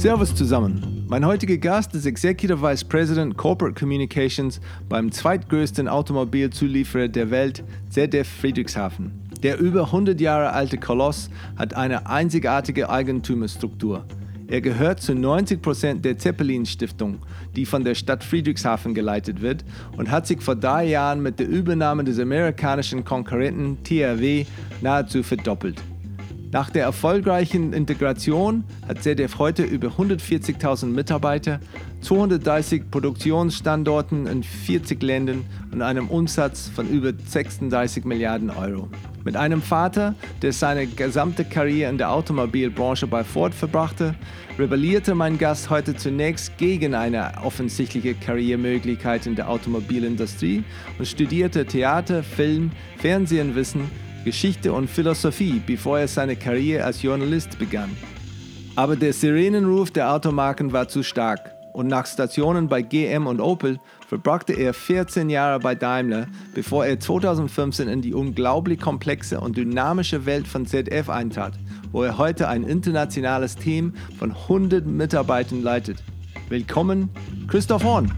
Servus zusammen. Mein heutiger Gast ist Executive Vice President Corporate Communications beim zweitgrößten Automobilzulieferer der Welt, ZF Friedrichshafen. Der über 100 Jahre alte Koloss hat eine einzigartige Eigentümerstruktur. Er gehört zu 90% der Zeppelin-Stiftung, die von der Stadt Friedrichshafen geleitet wird, und hat sich vor 3 Jahren mit der Übernahme des amerikanischen Konkurrenten TRW nahezu verdoppelt. Nach der erfolgreichen Integration hat ZF heute über 140.000 Mitarbeiter, 230 Produktionsstandorten in 40 Ländern und einem Umsatz von über 36 Milliarden Euro. Mit einem Vater, der seine gesamte Karriere in der Automobilbranche bei Ford verbrachte, rebellierte mein Gast heute zunächst gegen eine offensichtliche Karrieremöglichkeit in der Automobilindustrie und studierte Theater, Film, Fernsehwissen, Geschichte und Philosophie, bevor er seine Karriere als Journalist begann. Aber der Sirenenruf der Automarken war zu stark und nach Stationen bei GM und Opel verbrachte er 14 Jahre bei Daimler, bevor er 2015 in die unglaublich komplexe und dynamische Welt von ZF eintrat, wo er heute ein internationales Team von 100 Mitarbeitern leitet. Willkommen, Christoph Horn.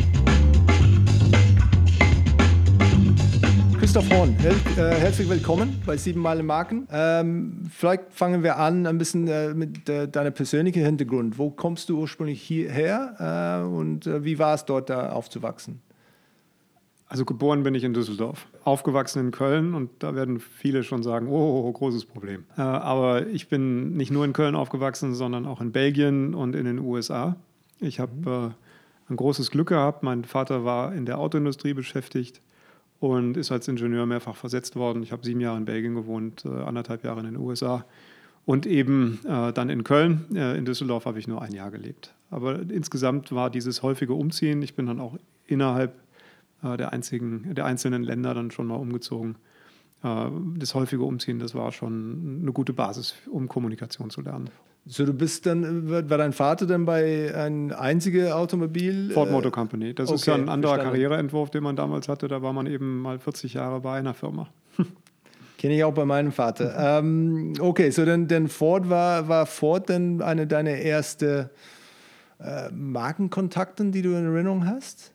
Christoph Horn, herzlich willkommen bei 7 Meilen Marken. Vielleicht fangen wir an ein bisschen mit deinem persönlichen Hintergrund. Wo kommst du ursprünglich hierher und wie war es dort da aufzuwachsen? Also geboren bin ich in Düsseldorf, aufgewachsen in Köln und da werden viele schon sagen, oh, großes Problem. Aber ich bin nicht nur in Köln aufgewachsen, sondern auch in Belgien und in den USA. Ich habe ein großes Glück gehabt. Mein Vater war in der Autoindustrie beschäftigt und ist als Ingenieur mehrfach versetzt worden. Ich habe 7 Jahre in Belgien gewohnt, 1,5 Jahre in den USA und eben dann in Köln. In Düsseldorf habe ich nur 1 Jahr gelebt. Aber insgesamt war dieses häufige Umziehen, ich bin dann auch innerhalb der einzelnen Länder dann schon mal umgezogen. Das häufige Umziehen, das war schon eine gute Basis, um Kommunikation zu lernen. So, du bist dann, war dein Vater dann bei einem einzigen Automobil? Ford Motor Company. Das ist ja ein anderer Karriereentwurf, den man damals hatte. Da war man eben mal 40 Jahre bei einer Firma. Kenne ich auch bei meinem Vater. Okay, so dann Ford war Ford dann eine deiner ersten Markenkontakten, die du in Erinnerung hast?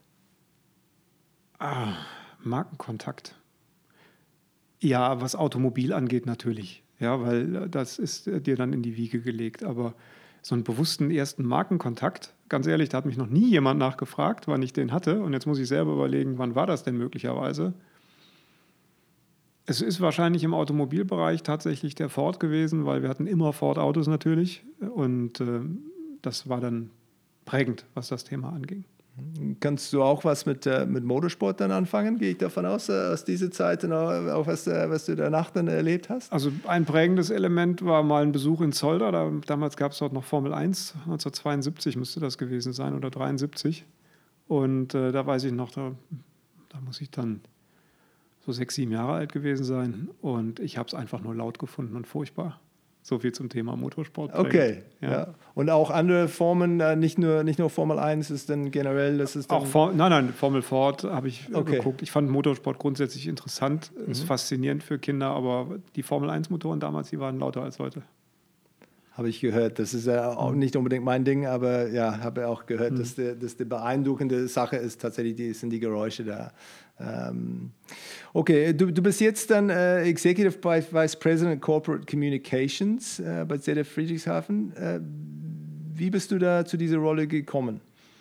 Markenkontakt. Ja, was Automobil angeht natürlich. Ja, weil das ist dir dann in die Wiege gelegt. Aber so einen bewussten ersten Markenkontakt, ganz ehrlich, da hat mich noch nie jemand nachgefragt, wann ich den hatte. Und jetzt muss ich selber überlegen, wann war das denn möglicherweise? Es ist wahrscheinlich im Automobilbereich tatsächlich der Ford gewesen, weil wir hatten immer Ford-Autos natürlich. Und das war dann prägend, was das Thema anging. Kannst du auch was mit Motorsport dann anfangen, gehe ich davon aus dieser Zeit und auch was du danach dann erlebt hast? Also ein prägendes Element war mal ein Besuch in Zolder. Damals gab es dort noch Formel 1, 1972 müsste das gewesen sein oder 73. Und da weiß ich noch, da muss ich dann so 6, 7 Jahre alt gewesen sein. Und ich habe es einfach nur laut gefunden und furchtbar. So viel zum Thema Motorsport. Okay, ja. Und auch andere Formen, nicht nur Formel 1 ist dann generell, das ist dann... Nein, Formel Ford habe ich geguckt. Ich fand Motorsport grundsätzlich interessant, ist faszinierend für Kinder, aber die Formel 1 Motoren damals, die waren lauter als heute. Habe ich gehört. Das ist ja auch nicht unbedingt mein Ding, aber ja, habe auch gehört, dass die beeindruckende Sache ist tatsächlich, sind die Geräusche da. Okay, du bist jetzt dann Executive Vice President Corporate Communications bei ZF Friedrichshafen. Wie bist du da zu dieser Rolle gekommen?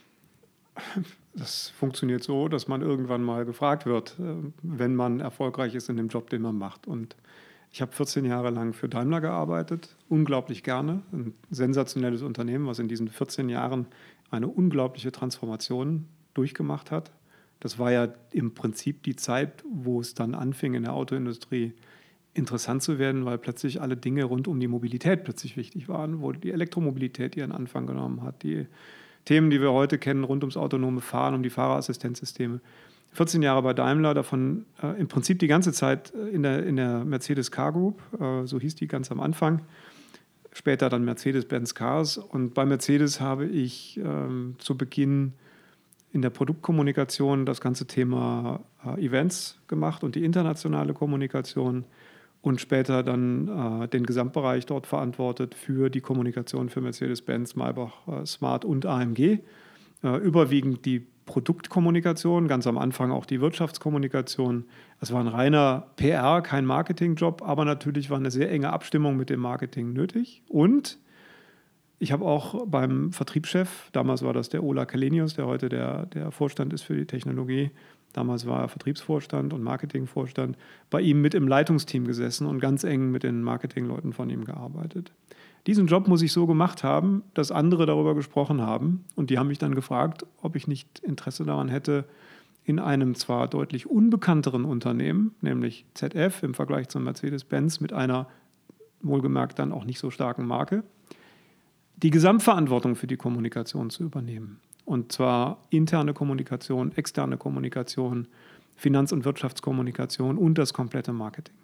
Das funktioniert so, dass man irgendwann mal gefragt wird, wenn man erfolgreich ist in dem Job, den man macht. Und ich habe 14 Jahre lang für Daimler gearbeitet, unglaublich gerne. Ein sensationelles Unternehmen, was in diesen 14 Jahren eine unglaubliche Transformation durchgemacht hat. Das war ja im Prinzip die Zeit, wo es dann anfing, in der Autoindustrie interessant zu werden, weil plötzlich alle Dinge rund um die Mobilität plötzlich wichtig waren, wo die Elektromobilität ihren Anfang genommen hat, die Themen, die wir heute kennen, rund ums autonome Fahren, um die Fahrerassistenzsysteme. 14 Jahre bei Daimler, davon im Prinzip die ganze Zeit in der Mercedes Car Group, so hieß die ganz am Anfang, später dann Mercedes-Benz Cars. Und bei Mercedes habe ich zu Beginn in der Produktkommunikation das ganze Thema Events gemacht und die internationale Kommunikation und später dann den Gesamtbereich dort verantwortet für die Kommunikation für Mercedes-Benz, Maybach, Smart und AMG. Überwiegend die Produktkommunikation, ganz am Anfang auch die Wirtschaftskommunikation. Es war ein reiner PR, kein Marketingjob, aber natürlich war eine sehr enge Abstimmung mit dem Marketing nötig. Und ich habe auch beim Vertriebschef, damals war das der Ola Källenius, der heute der Vorstand ist für die Technologie, damals war er Vertriebsvorstand und Marketingvorstand, bei ihm mit im Leitungsteam gesessen und ganz eng mit den Marketingleuten von ihm gearbeitet. Diesen Job muss ich so gemacht haben, dass andere darüber gesprochen haben und die haben mich dann gefragt, ob ich nicht Interesse daran hätte, in einem zwar deutlich unbekannteren Unternehmen, nämlich ZF im Vergleich zu Mercedes-Benz mit einer wohlgemerkt dann auch nicht so starken Marke, die Gesamtverantwortung für die Kommunikation zu übernehmen. Und zwar interne Kommunikation, externe Kommunikation, Finanz- und Wirtschaftskommunikation und das komplette Marketing.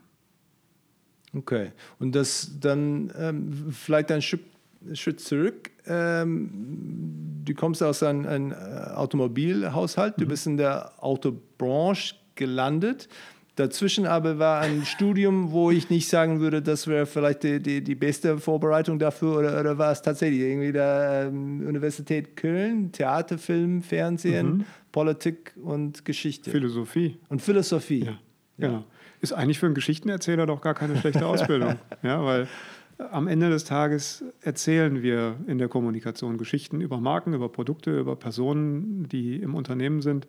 Okay, und das dann vielleicht ein Schritt zurück. Du kommst aus einem Automobilhaushalt, du bist in der Autobranche gelandet. Dazwischen aber war ein Studium, wo ich nicht sagen würde, das wäre vielleicht die beste Vorbereitung dafür, oder war es tatsächlich irgendwie der Universität Köln, Theater, Film, Fernsehen, Politik und Geschichte? Philosophie. Und Philosophie. Ja, genau. Ist eigentlich für einen Geschichtenerzähler doch gar keine schlechte Ausbildung. Ja, weil am Ende des Tages erzählen wir in der Kommunikation Geschichten über Marken, über Produkte, über Personen, die im Unternehmen sind.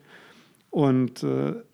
Und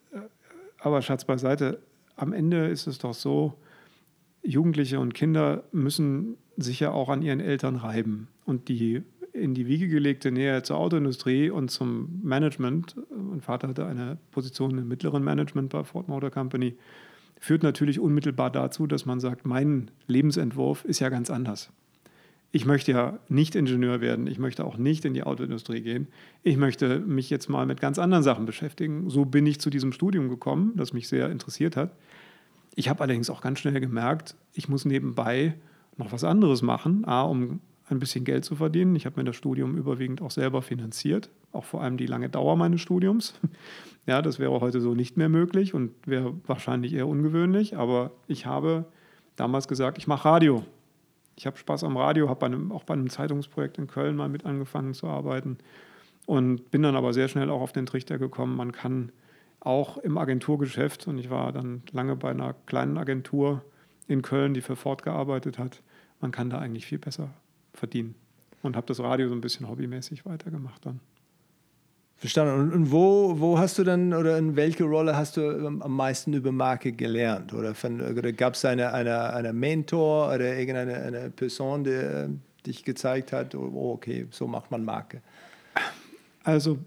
aber Schatz beiseite, am Ende ist es doch so, Jugendliche und Kinder müssen sich ja auch an ihren Eltern reiben. Und die in die Wiege gelegte Nähe zur Autoindustrie und zum Management, mein Vater hatte eine Position im mittleren Management bei Ford Motor Company, führt natürlich unmittelbar dazu, dass man sagt, mein Lebensentwurf ist ja ganz anders. Ich möchte ja nicht Ingenieur werden, ich möchte auch nicht in die Autoindustrie gehen. Ich möchte mich jetzt mal mit ganz anderen Sachen beschäftigen. So bin ich zu diesem Studium gekommen, das mich sehr interessiert hat. Ich habe allerdings auch ganz schnell gemerkt, ich muss nebenbei noch was anderes machen, um ein bisschen Geld zu verdienen. Ich habe mir das Studium überwiegend auch selber finanziert, auch vor allem die lange Dauer meines Studiums. Ja, das wäre heute so nicht mehr möglich und wäre wahrscheinlich eher ungewöhnlich, aber ich habe damals gesagt, ich mache Radio. Ich habe Spaß am Radio, habe auch bei einem Zeitungsprojekt in Köln mal mit angefangen zu arbeiten und bin dann aber sehr schnell auch auf den Trichter gekommen, man kann auch im Agenturgeschäft, und ich war dann lange bei einer kleinen Agentur in Köln, die für Ford gearbeitet hat, man kann da eigentlich viel besser verdienen. Und habe das Radio so ein bisschen hobbymäßig weitergemacht dann. Verstanden. Und wo hast du dann, oder in welche Rolle hast du am meisten über Marke gelernt? Oder gab es eine Mentor oder irgendeine Person, die dich gezeigt hat, oh, okay, so macht man Marke? Also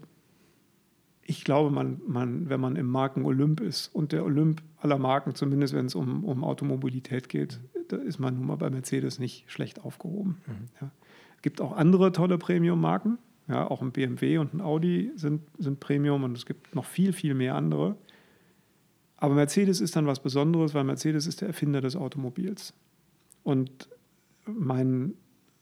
ich glaube, wenn man im Marken-Olymp ist und der Olymp aller Marken, zumindest wenn es um Automobilität geht, da ist man nun mal bei Mercedes nicht schlecht aufgehoben. Ja. Es gibt auch andere tolle Premium-Marken. Ja, auch ein BMW und ein Audi sind Premium und es gibt noch viel, viel mehr andere. Aber Mercedes ist dann was Besonderes, weil Mercedes ist der Erfinder des Automobils. Und mein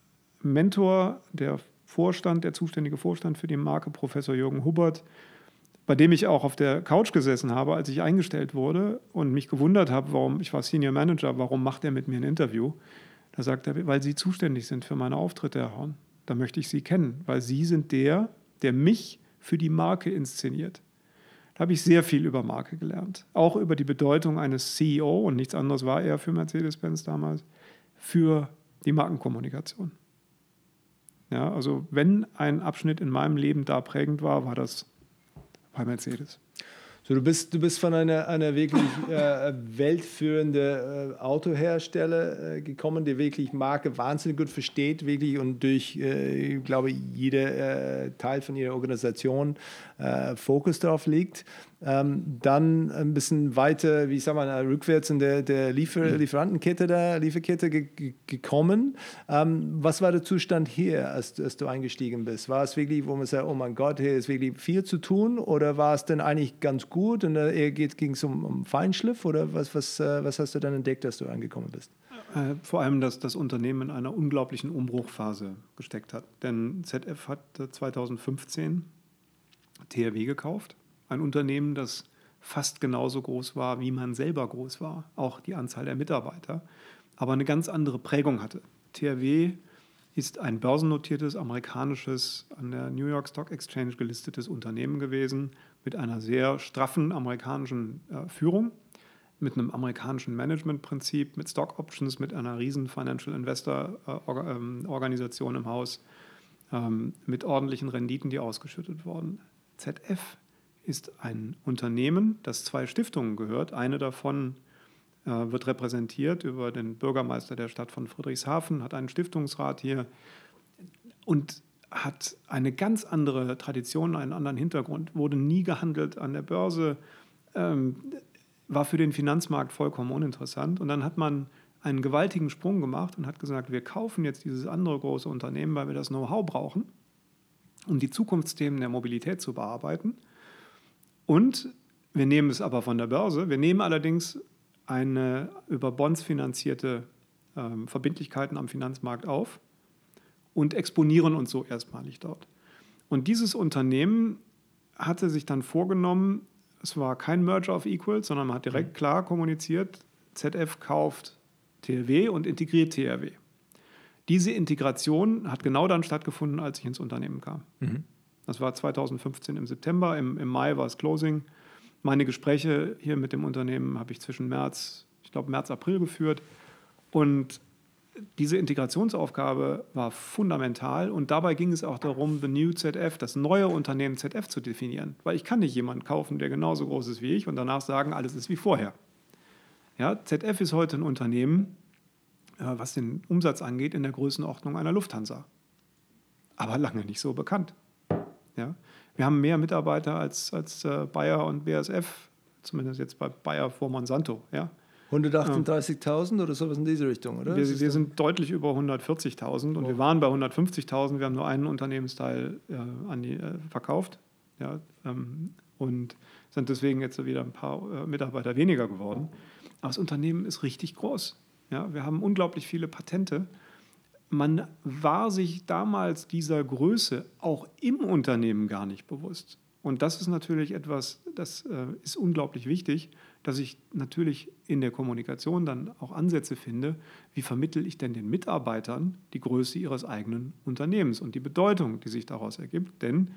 Mentor, der zuständige Vorstand für die Marke, Professor Jürgen Hubbert, bei dem ich auch auf der Couch gesessen habe, als ich eingestellt wurde und mich gewundert habe, ich war Senior Manager, warum macht er mit mir ein Interview? Da sagt er, weil Sie zuständig sind für meine Auftritte, Herr Horn. Da möchte ich Sie kennen, weil Sie sind der mich für die Marke inszeniert. Da habe ich sehr viel über Marke gelernt. Auch über die Bedeutung eines CEO, und nichts anderes war er für Mercedes-Benz damals, für die Markenkommunikation. Ja, also wenn ein Abschnitt in meinem Leben da prägend war, war das bei Mercedes. So, du bist von einer wirklich weltführende Autohersteller gekommen, der wirklich Marke wahnsinnig gut versteht, wirklich, und durch, ich glaube, jeder Teil von ihrer Organisation Fokus darauf liegt. Dann ein bisschen weiter, wie ich sag mal, rückwärts in der Lieferkette gekommen. Was war der Zustand hier, als du eingestiegen bist? War es wirklich, wo man sagt, oh mein Gott, hier ist wirklich viel zu tun, oder war es denn eigentlich ganz gut und ging es um Feinschliff, oder was hast du dann entdeckt, als du angekommen bist? Vor allem, dass das Unternehmen in einer unglaublichen Umbruchphase gesteckt hat. Denn ZF hat 2015 TRW gekauft. Ein Unternehmen, das fast genauso groß war, wie man selber groß war, auch die Anzahl der Mitarbeiter, aber eine ganz andere Prägung hatte. THW ist ein börsennotiertes, amerikanisches, an der New York Stock Exchange gelistetes Unternehmen gewesen, mit einer sehr straffen amerikanischen Führung, mit einem amerikanischen Managementprinzip, mit Stock Options, mit einer riesen Financial Investor Organisation im Haus, mit ordentlichen Renditen, die ausgeschüttet wurden. ZF ist ein Unternehmen, das 2 Stiftungen gehört. Eine davon wird repräsentiert über den Bürgermeister der Stadt von Friedrichshafen, hat einen Stiftungsrat hier und hat eine ganz andere Tradition, einen anderen Hintergrund, wurde nie gehandelt an der Börse, war für den Finanzmarkt vollkommen uninteressant. Und dann hat man einen gewaltigen Sprung gemacht und hat gesagt, wir kaufen jetzt dieses andere große Unternehmen, weil wir das Know-how brauchen, um die Zukunftsthemen der Mobilität zu bearbeiten. Und wir nehmen es aber von der Börse. Wir nehmen allerdings eine über Bonds finanzierte Verbindlichkeiten am Finanzmarkt auf und exponieren uns so erstmalig dort. Und dieses Unternehmen hatte sich dann vorgenommen, es war kein Merger of Equals, sondern man hat direkt klar kommuniziert, ZF kauft THW und integriert THW. Diese Integration hat genau dann stattgefunden, als ich ins Unternehmen kam. Das war 2015 im September, im Mai war es Closing. Meine Gespräche hier mit dem Unternehmen habe ich zwischen März, April geführt. Und diese Integrationsaufgabe war fundamental. Und dabei ging es auch darum, the new ZF, das neue Unternehmen ZF zu definieren. Weil ich kann nicht jemanden kaufen, der genauso groß ist wie ich und danach sagen, alles ist wie vorher. Ja, ZF ist heute ein Unternehmen, was den Umsatz angeht, in der Größenordnung einer Lufthansa. Aber lange nicht so bekannt. Ja? Wir haben mehr Mitarbeiter als Bayer und BASF, zumindest jetzt bei Bayer vor Monsanto. Ja? 138.000 oder sowas in diese Richtung, oder? Wir sind deutlich über 140.000 und wir waren bei 150.000. Wir haben nur einen Unternehmensteil verkauft, ja? Und sind deswegen jetzt wieder ein paar Mitarbeiter weniger geworden. Aber das Unternehmen ist richtig groß. Ja? Wir haben unglaublich viele Patente. Man war sich damals dieser Größe auch im Unternehmen gar nicht bewusst. Und das ist natürlich etwas, das ist unglaublich wichtig, dass ich natürlich in der Kommunikation dann auch Ansätze finde, wie vermittle ich denn den Mitarbeitern die Größe ihres eigenen Unternehmens und die Bedeutung, die sich daraus ergibt. Denn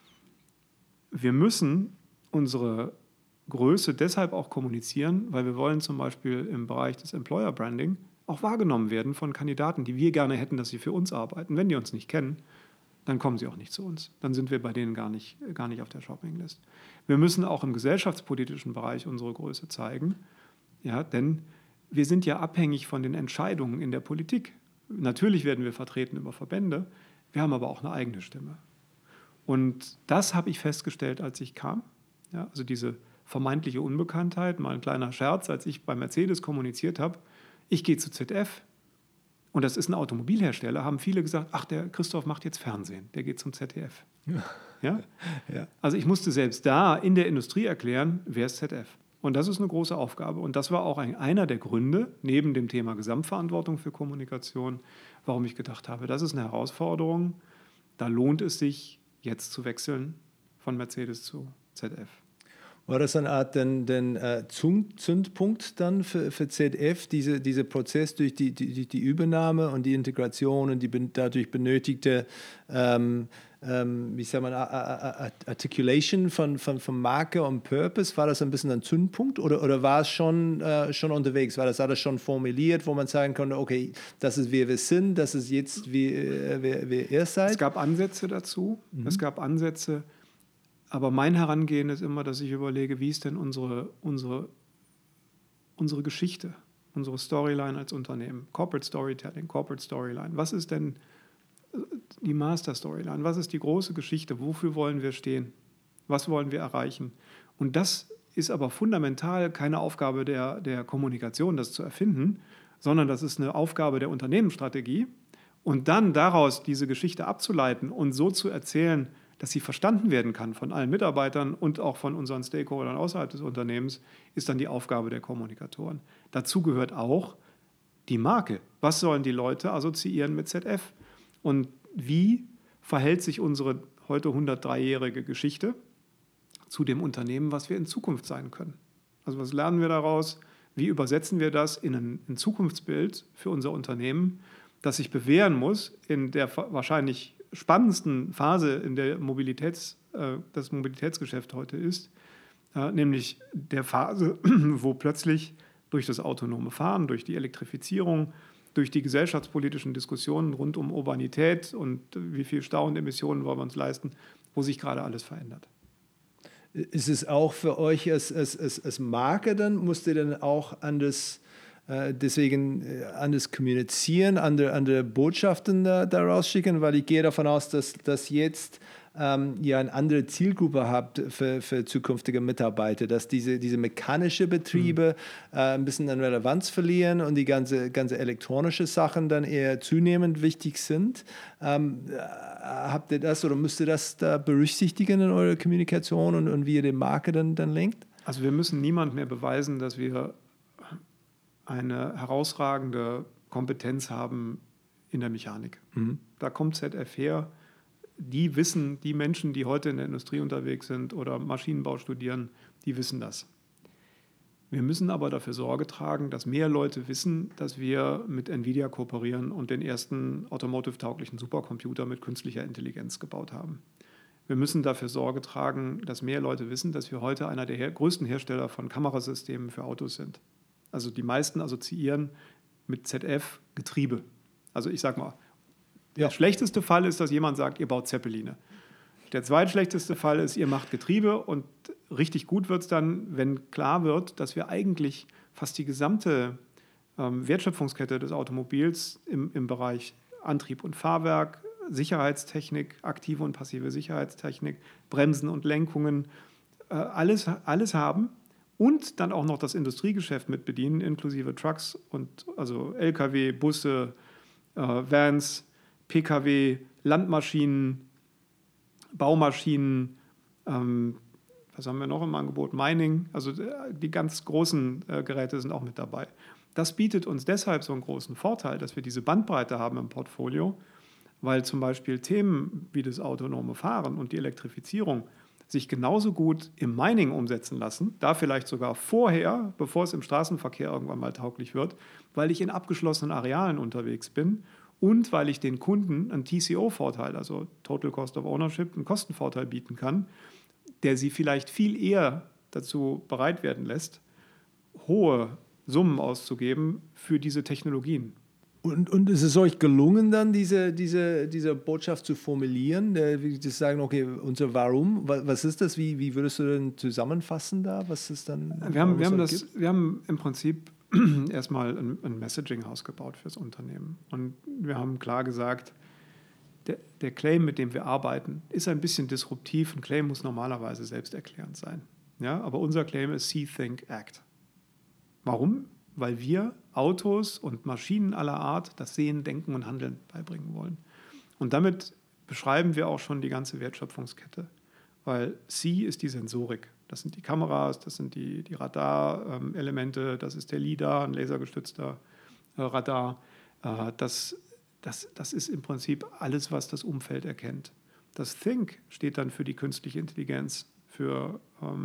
wir müssen unsere Größe deshalb auch kommunizieren, weil wir wollen zum Beispiel im Bereich des Employer Branding auch wahrgenommen werden von Kandidaten, die wir gerne hätten, dass sie für uns arbeiten. Wenn die uns nicht kennen, dann kommen sie auch nicht zu uns. Dann sind wir bei denen gar nicht auf der Shoppinglist. Wir müssen auch im gesellschaftspolitischen Bereich unsere Größe zeigen, ja, denn wir sind ja abhängig von den Entscheidungen in der Politik. Natürlich werden wir vertreten über Verbände, wir haben aber auch eine eigene Stimme. Und das habe ich festgestellt, als ich kam. Ja, also diese vermeintliche Unbekanntheit, mal ein kleiner Scherz, als ich bei Mercedes kommuniziert habe, ich gehe zu ZF und das ist ein Automobilhersteller, haben viele gesagt, ach, der Christoph macht jetzt Fernsehen, der geht zum ZDF. Ja? Ja. Also ich musste selbst da in der Industrie erklären, wer ist ZF. Und das ist eine große Aufgabe. Und das war auch einer der Gründe, neben dem Thema Gesamtverantwortung für Kommunikation, warum ich gedacht habe, das ist eine Herausforderung, da lohnt es sich, jetzt zu wechseln von Mercedes zu ZF. War das eine Art Zündpunkt dann für ZF, dieser Prozess durch die Übernahme und die Integration und die dadurch benötigte Articulation von Marke und Purpose? War das ein bisschen ein Zündpunkt oder war es schon unterwegs? War das alles schon formuliert, wo man sagen konnte, okay, das ist, wer wir sind, das ist jetzt, wie ihr seid? Es gab Ansätze dazu, aber mein Herangehen ist immer, dass ich überlege, wie ist denn unsere Geschichte, unsere Storyline als Unternehmen, Corporate Storytelling, Corporate Storyline. Was ist denn die Master Storyline? Was ist die große Geschichte? Wofür wollen wir stehen? Was wollen wir erreichen? Und das ist aber fundamental keine Aufgabe der Kommunikation, das zu erfinden, sondern das ist eine Aufgabe der Unternehmensstrategie. Und dann daraus diese Geschichte abzuleiten und so zu erzählen, dass sie verstanden werden kann von allen Mitarbeitern und auch von unseren Stakeholdern außerhalb des Unternehmens, ist dann die Aufgabe der Kommunikatoren. Dazu gehört auch die Marke. Was sollen die Leute assoziieren mit ZF? Und wie verhält sich unsere heute 103-jährige Geschichte zu dem Unternehmen, was wir in Zukunft sein können. Also was lernen wir daraus? Wie übersetzen wir das in ein Zukunftsbild für unser Unternehmen, das sich bewähren muss in der wahrscheinlich spannendsten Phase, in der das Mobilitätsgeschäft heute ist, nämlich der Phase, wo plötzlich durch das autonome Fahren, durch die Elektrifizierung, durch die gesellschaftspolitischen Diskussionen rund um Urbanität und wie viel Stau und Emissionen wollen wir uns leisten, wo sich gerade alles verändert. Ist es auch für euch als Marke dann, musst ihr dann auch anders kommunizieren, andere Botschaften daraus schicken, weil ich gehe davon aus, dass jetzt ihr eine andere Zielgruppe habt für zukünftige Mitarbeiter, dass diese mechanische Betriebe ein bisschen an Relevanz verlieren und die ganze elektronische Sachen dann eher zunehmend wichtig sind. Habt ihr das oder müsst ihr das da berücksichtigen in eurer Kommunikation und wie ihr die Marke dann lenkt? Also wir müssen niemand mehr beweisen, dass wir eine herausragende Kompetenz haben in der Mechanik. Da kommt ZF her. Die Menschen, die heute in der Industrie unterwegs sind oder Maschinenbau studieren, die wissen das. Wir müssen aber dafür Sorge tragen, dass mehr Leute wissen, dass wir mit NVIDIA kooperieren und den ersten automotive-tauglichen Supercomputer mit künstlicher Intelligenz gebaut haben. Wir müssen dafür Sorge tragen, dass mehr Leute wissen, dass wir heute einer der größten Hersteller von Kamerasystemen für Autos sind. Also die meisten assoziieren mit ZF Getriebe. Also ich sage mal, der schlechteste Fall ist, dass jemand sagt, ihr baut Zeppeline. Der zweitschlechteste Fall ist, ihr macht Getriebe und richtig gut wird es dann, wenn klar wird, dass wir eigentlich fast die gesamte Wertschöpfungskette des Automobils im Bereich Antrieb und Fahrwerk, Sicherheitstechnik, aktive und passive Sicherheitstechnik, Bremsen und Lenkungen, alles haben und dann auch noch das Industriegeschäft mit bedienen, inklusive Trucks und also LKW, Busse, Vans, PKW, Landmaschinen, Baumaschinen, was haben wir noch im Angebot? Mining, also die ganz großen Geräte sind auch mit dabei. Das bietet uns deshalb so einen großen Vorteil, dass wir diese Bandbreite haben im Portfolio, weil zum Beispiel Themen wie das autonome Fahren und die Elektrifizierung sich genauso gut im Mining umsetzen lassen, da vielleicht sogar vorher, bevor es im Straßenverkehr irgendwann mal tauglich wird, weil ich in abgeschlossenen Arealen unterwegs bin und weil ich den Kunden einen TCO-Vorteil, also Total Cost of Ownership, einen Kostenvorteil bieten kann, der sie vielleicht viel eher dazu bereit werden lässt, hohe Summen auszugeben für diese Technologien. Und ist es euch gelungen, dann diese Botschaft zu formulieren, zu sagen, okay, unser Warum, was ist das, wie würdest du denn zusammenfassen da, was ist dann? Wir haben im Prinzip erstmal ein Messaging-Haus gebaut fürs Unternehmen und wir haben klar gesagt, der Claim, mit dem wir arbeiten, ist ein bisschen disruptiv. Ein Claim muss normalerweise selbsterklärend sein. Ja, aber unser Claim ist See, Think, Act. Warum? Weil wir Autos und Maschinen aller Art das Sehen, Denken und Handeln beibringen wollen. Und damit beschreiben wir auch schon die ganze Wertschöpfungskette. Weil See ist die Sensorik. Das sind die Kameras, das sind die Radar-Elemente, das ist der LiDAR, ein lasergestützter Radar. Das ist im Prinzip alles, was das Umfeld erkennt. Das Think steht dann für die künstliche Intelligenz, für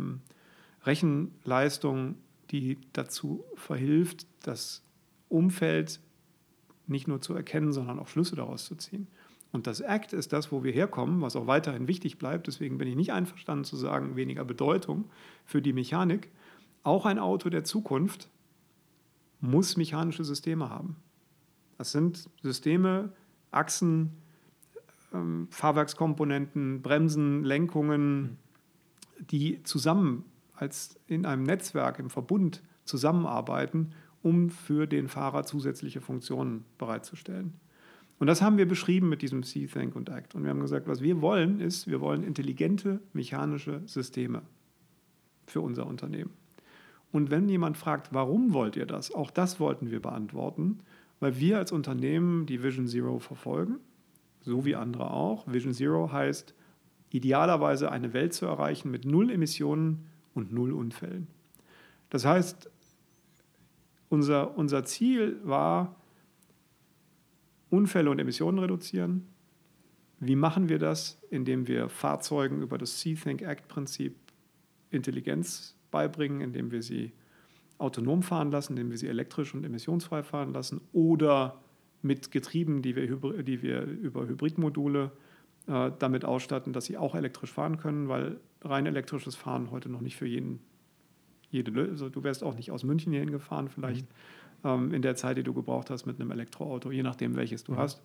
Rechenleistung, die dazu verhilft, das Umfeld nicht nur zu erkennen, sondern auch Schlüsse daraus zu ziehen. Und das Act ist das, wo wir herkommen, was auch weiterhin wichtig bleibt. Deswegen bin ich nicht einverstanden zu sagen, weniger Bedeutung für die Mechanik. Auch ein Auto der Zukunft muss mechanische Systeme haben. Das sind Systeme, Achsen, Fahrwerkskomponenten, Bremsen, Lenkungen, die zusammen als in einem Netzwerk, im Verbund zusammenarbeiten, um für den Fahrer zusätzliche Funktionen bereitzustellen. Und das haben wir beschrieben mit diesem See, Think und Act. Und wir haben gesagt, was wir wollen, ist, wir wollen intelligente mechanische Systeme für unser Unternehmen. Und wenn jemand fragt, warum wollt ihr das? Auch das wollten wir beantworten, weil wir als Unternehmen die Vision Zero verfolgen, so wie andere auch. Vision Zero heißt, idealerweise eine Welt zu erreichen mit 0 Emissionen und 0 Unfällen. Das heißt, unser Ziel war, Unfälle und Emissionen reduzieren. Wie machen wir das? Indem wir Fahrzeugen über das See, Think, Act-Prinzip Intelligenz beibringen, indem wir sie autonom fahren lassen, indem wir sie elektrisch und emissionsfrei fahren lassen oder mit Getrieben, die wir über Hybridmodule damit ausstatten, dass sie auch elektrisch fahren können, weil rein elektrisches Fahren heute noch nicht für also du wärst auch nicht aus München hierhin gefahren vielleicht in der Zeit, die du gebraucht hast mit einem Elektroauto, je nachdem welches du hast.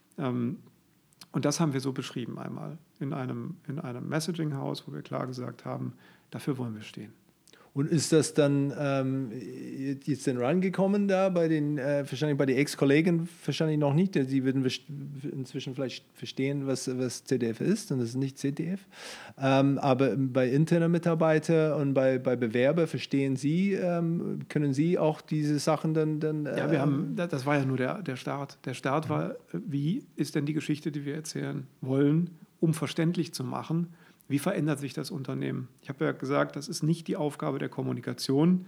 Und das haben wir so beschrieben einmal in einem Messaging-Haus, wo wir klar gesagt haben, dafür wollen wir stehen. Und ist das dann jetzt denn rangekommen da bei den, wahrscheinlich bei den Ex-Kollegen wahrscheinlich noch nicht, denn sie würden inzwischen vielleicht verstehen, was ZDF ist und das ist nicht ZDF. Aber bei internen Mitarbeitern und bei Bewerber verstehen sie, können sie auch diese Sachen dann ja, das war ja nur der Start. Der Start war, wie ist denn die Geschichte, die wir erzählen wollen, um verständlich zu machen, wie verändert sich das Unternehmen? Ich habe ja gesagt, das ist nicht die Aufgabe der Kommunikation,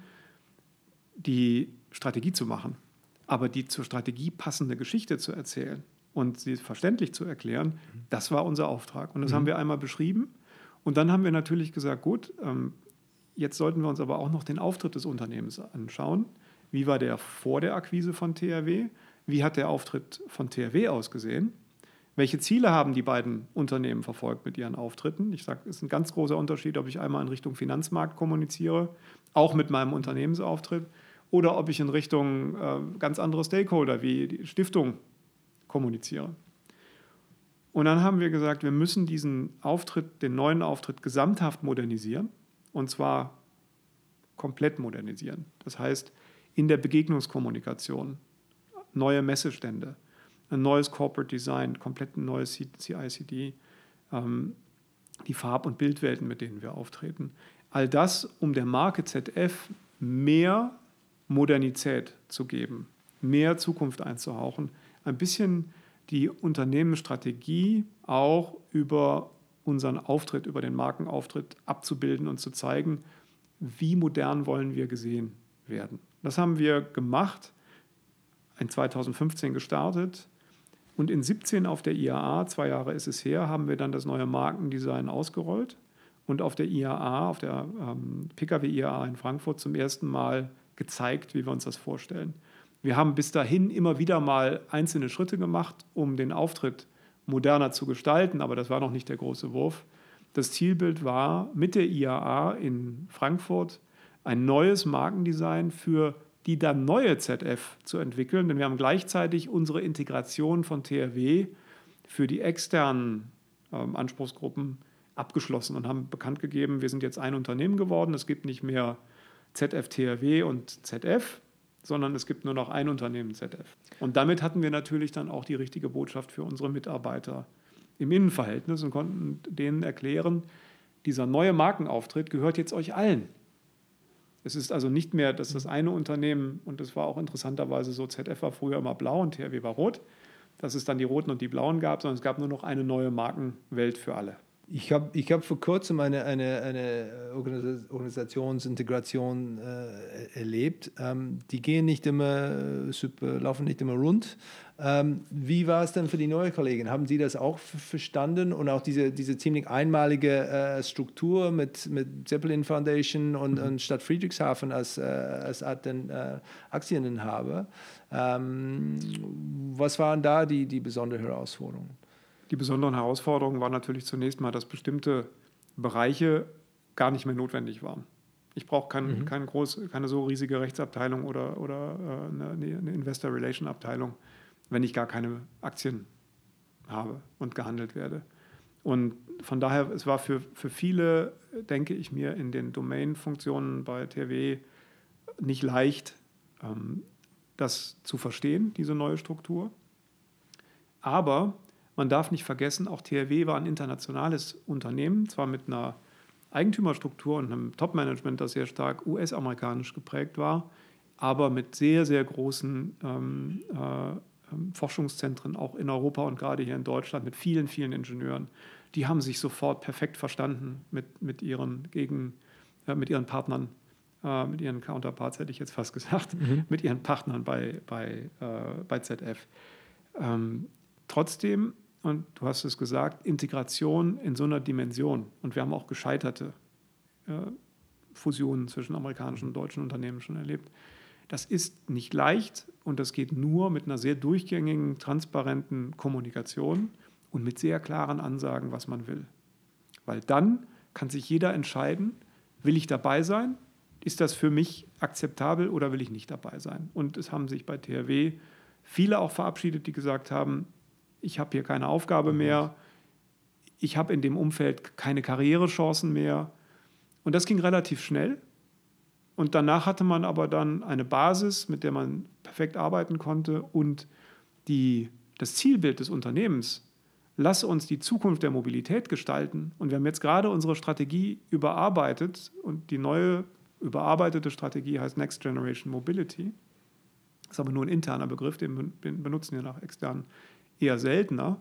die Strategie zu machen, aber die zur Strategie passende Geschichte zu erzählen und sie verständlich zu erklären, das war unser Auftrag. Und das haben wir einmal beschrieben. Und dann haben wir natürlich gesagt, gut, jetzt sollten wir uns aber auch noch den Auftritt des Unternehmens anschauen. Wie war der vor der Akquise von THW? Wie hat der Auftritt von THW ausgesehen? Welche Ziele haben die beiden Unternehmen verfolgt mit ihren Auftritten? Ich sage, es ist ein ganz großer Unterschied, ob ich einmal in Richtung Finanzmarkt kommuniziere, auch mit meinem Unternehmensauftritt, oder ob ich in Richtung ganz andere Stakeholder wie die Stiftung kommuniziere. Und dann haben wir gesagt, wir müssen diesen Auftritt, den neuen Auftritt gesamthaft modernisieren, und zwar komplett modernisieren. Das heißt, in der Begegnungskommunikation neue Messestände, ein neues Corporate Design, komplett ein neues CI/CD, die Farb- und Bildwelten, mit denen wir auftreten. All das, um der Marke ZF mehr Modernität zu geben, mehr Zukunft einzuhauchen, ein bisschen die Unternehmensstrategie auch über unseren Auftritt, über den Markenauftritt abzubilden und zu zeigen, wie modern wollen wir gesehen werden. Das haben wir gemacht, in 2015 gestartet. Und in 2017 auf der IAA, 2 Jahre ist es her, haben wir dann das neue Markendesign ausgerollt und auf der IAA, auf der PKW-IAA in Frankfurt zum ersten Mal gezeigt, wie wir uns das vorstellen. Wir haben bis dahin immer wieder mal einzelne Schritte gemacht, um den Auftritt moderner zu gestalten, aber das war noch nicht der große Wurf. Das Zielbild war mit der IAA in Frankfurt ein neues Markendesign für die dann neue ZF zu entwickeln, denn wir haben gleichzeitig unsere Integration von THW für die externen Anspruchsgruppen abgeschlossen und haben bekannt gegeben, wir sind jetzt ein Unternehmen geworden, es gibt nicht mehr ZF THW und ZF, sondern es gibt nur noch ein Unternehmen ZF. Und damit hatten wir natürlich dann auch die richtige Botschaft für unsere Mitarbeiter im Innenverhältnis und konnten denen erklären, dieser neue Markenauftritt gehört jetzt euch allen. Es ist also nicht mehr, dass das eine Unternehmen, und das war auch interessanterweise so, ZF war früher immer blau und THW war rot, dass es dann die roten und die blauen gab, sondern es gab nur noch eine neue Markenwelt für alle. Ich hab vor kurzem eine Organisationsintegration erlebt. Die gehen nicht immer super, laufen nicht immer rund. Wie war es denn für die neue Kollegin? Haben Sie das auch verstanden und auch diese ziemlich einmalige Struktur mit Zeppelin Foundation und Stadt Friedrichshafen als Art Aktieninhaber? Was waren da die besonderen Herausforderungen? Die besonderen Herausforderungen waren natürlich zunächst mal, dass bestimmte Bereiche gar nicht mehr notwendig waren. Ich brauche keine so riesige Rechtsabteilung oder eine Investor Relation Abteilung, wenn ich gar keine Aktien habe und gehandelt werde. Und von daher, es war für viele, denke ich mir, in den Domain-Funktionen bei THW nicht leicht, das zu verstehen, diese neue Struktur. Aber man darf nicht vergessen, auch THW war ein internationales Unternehmen, zwar mit einer Eigentümerstruktur und einem Top-Management, das sehr stark US-amerikanisch geprägt war, aber mit sehr, sehr großen Forschungszentren, auch in Europa und gerade hier in Deutschland, mit vielen, vielen Ingenieuren. Die haben sich sofort perfekt verstanden mit ihren Partnern, mit ihren Counterparts, hätte ich jetzt fast gesagt, mit ihren Partnern bei ZF. Trotzdem, und du hast es gesagt, Integration in so einer Dimension, und wir haben auch gescheiterte Fusionen zwischen amerikanischen und deutschen Unternehmen schon erlebt. Das ist nicht leicht und das geht nur mit einer sehr durchgängigen, transparenten Kommunikation und mit sehr klaren Ansagen, was man will. Weil dann kann sich jeder entscheiden, will ich dabei sein? Ist das für mich akzeptabel oder will ich nicht dabei sein? Und es haben sich bei THW viele auch verabschiedet, die gesagt haben, ich habe hier keine Aufgabe mehr, ich habe in dem Umfeld keine Karrierechancen mehr. Und das ging relativ schnell. Und danach hatte man aber dann eine Basis, mit der man perfekt arbeiten konnte und das Zielbild des Unternehmens, lass uns die Zukunft der Mobilität gestalten. Und wir haben jetzt gerade unsere Strategie überarbeitet und die neue überarbeitete Strategie heißt Next Generation Mobility. Das ist aber nur ein interner Begriff, den benutzen wir nach extern eher seltener.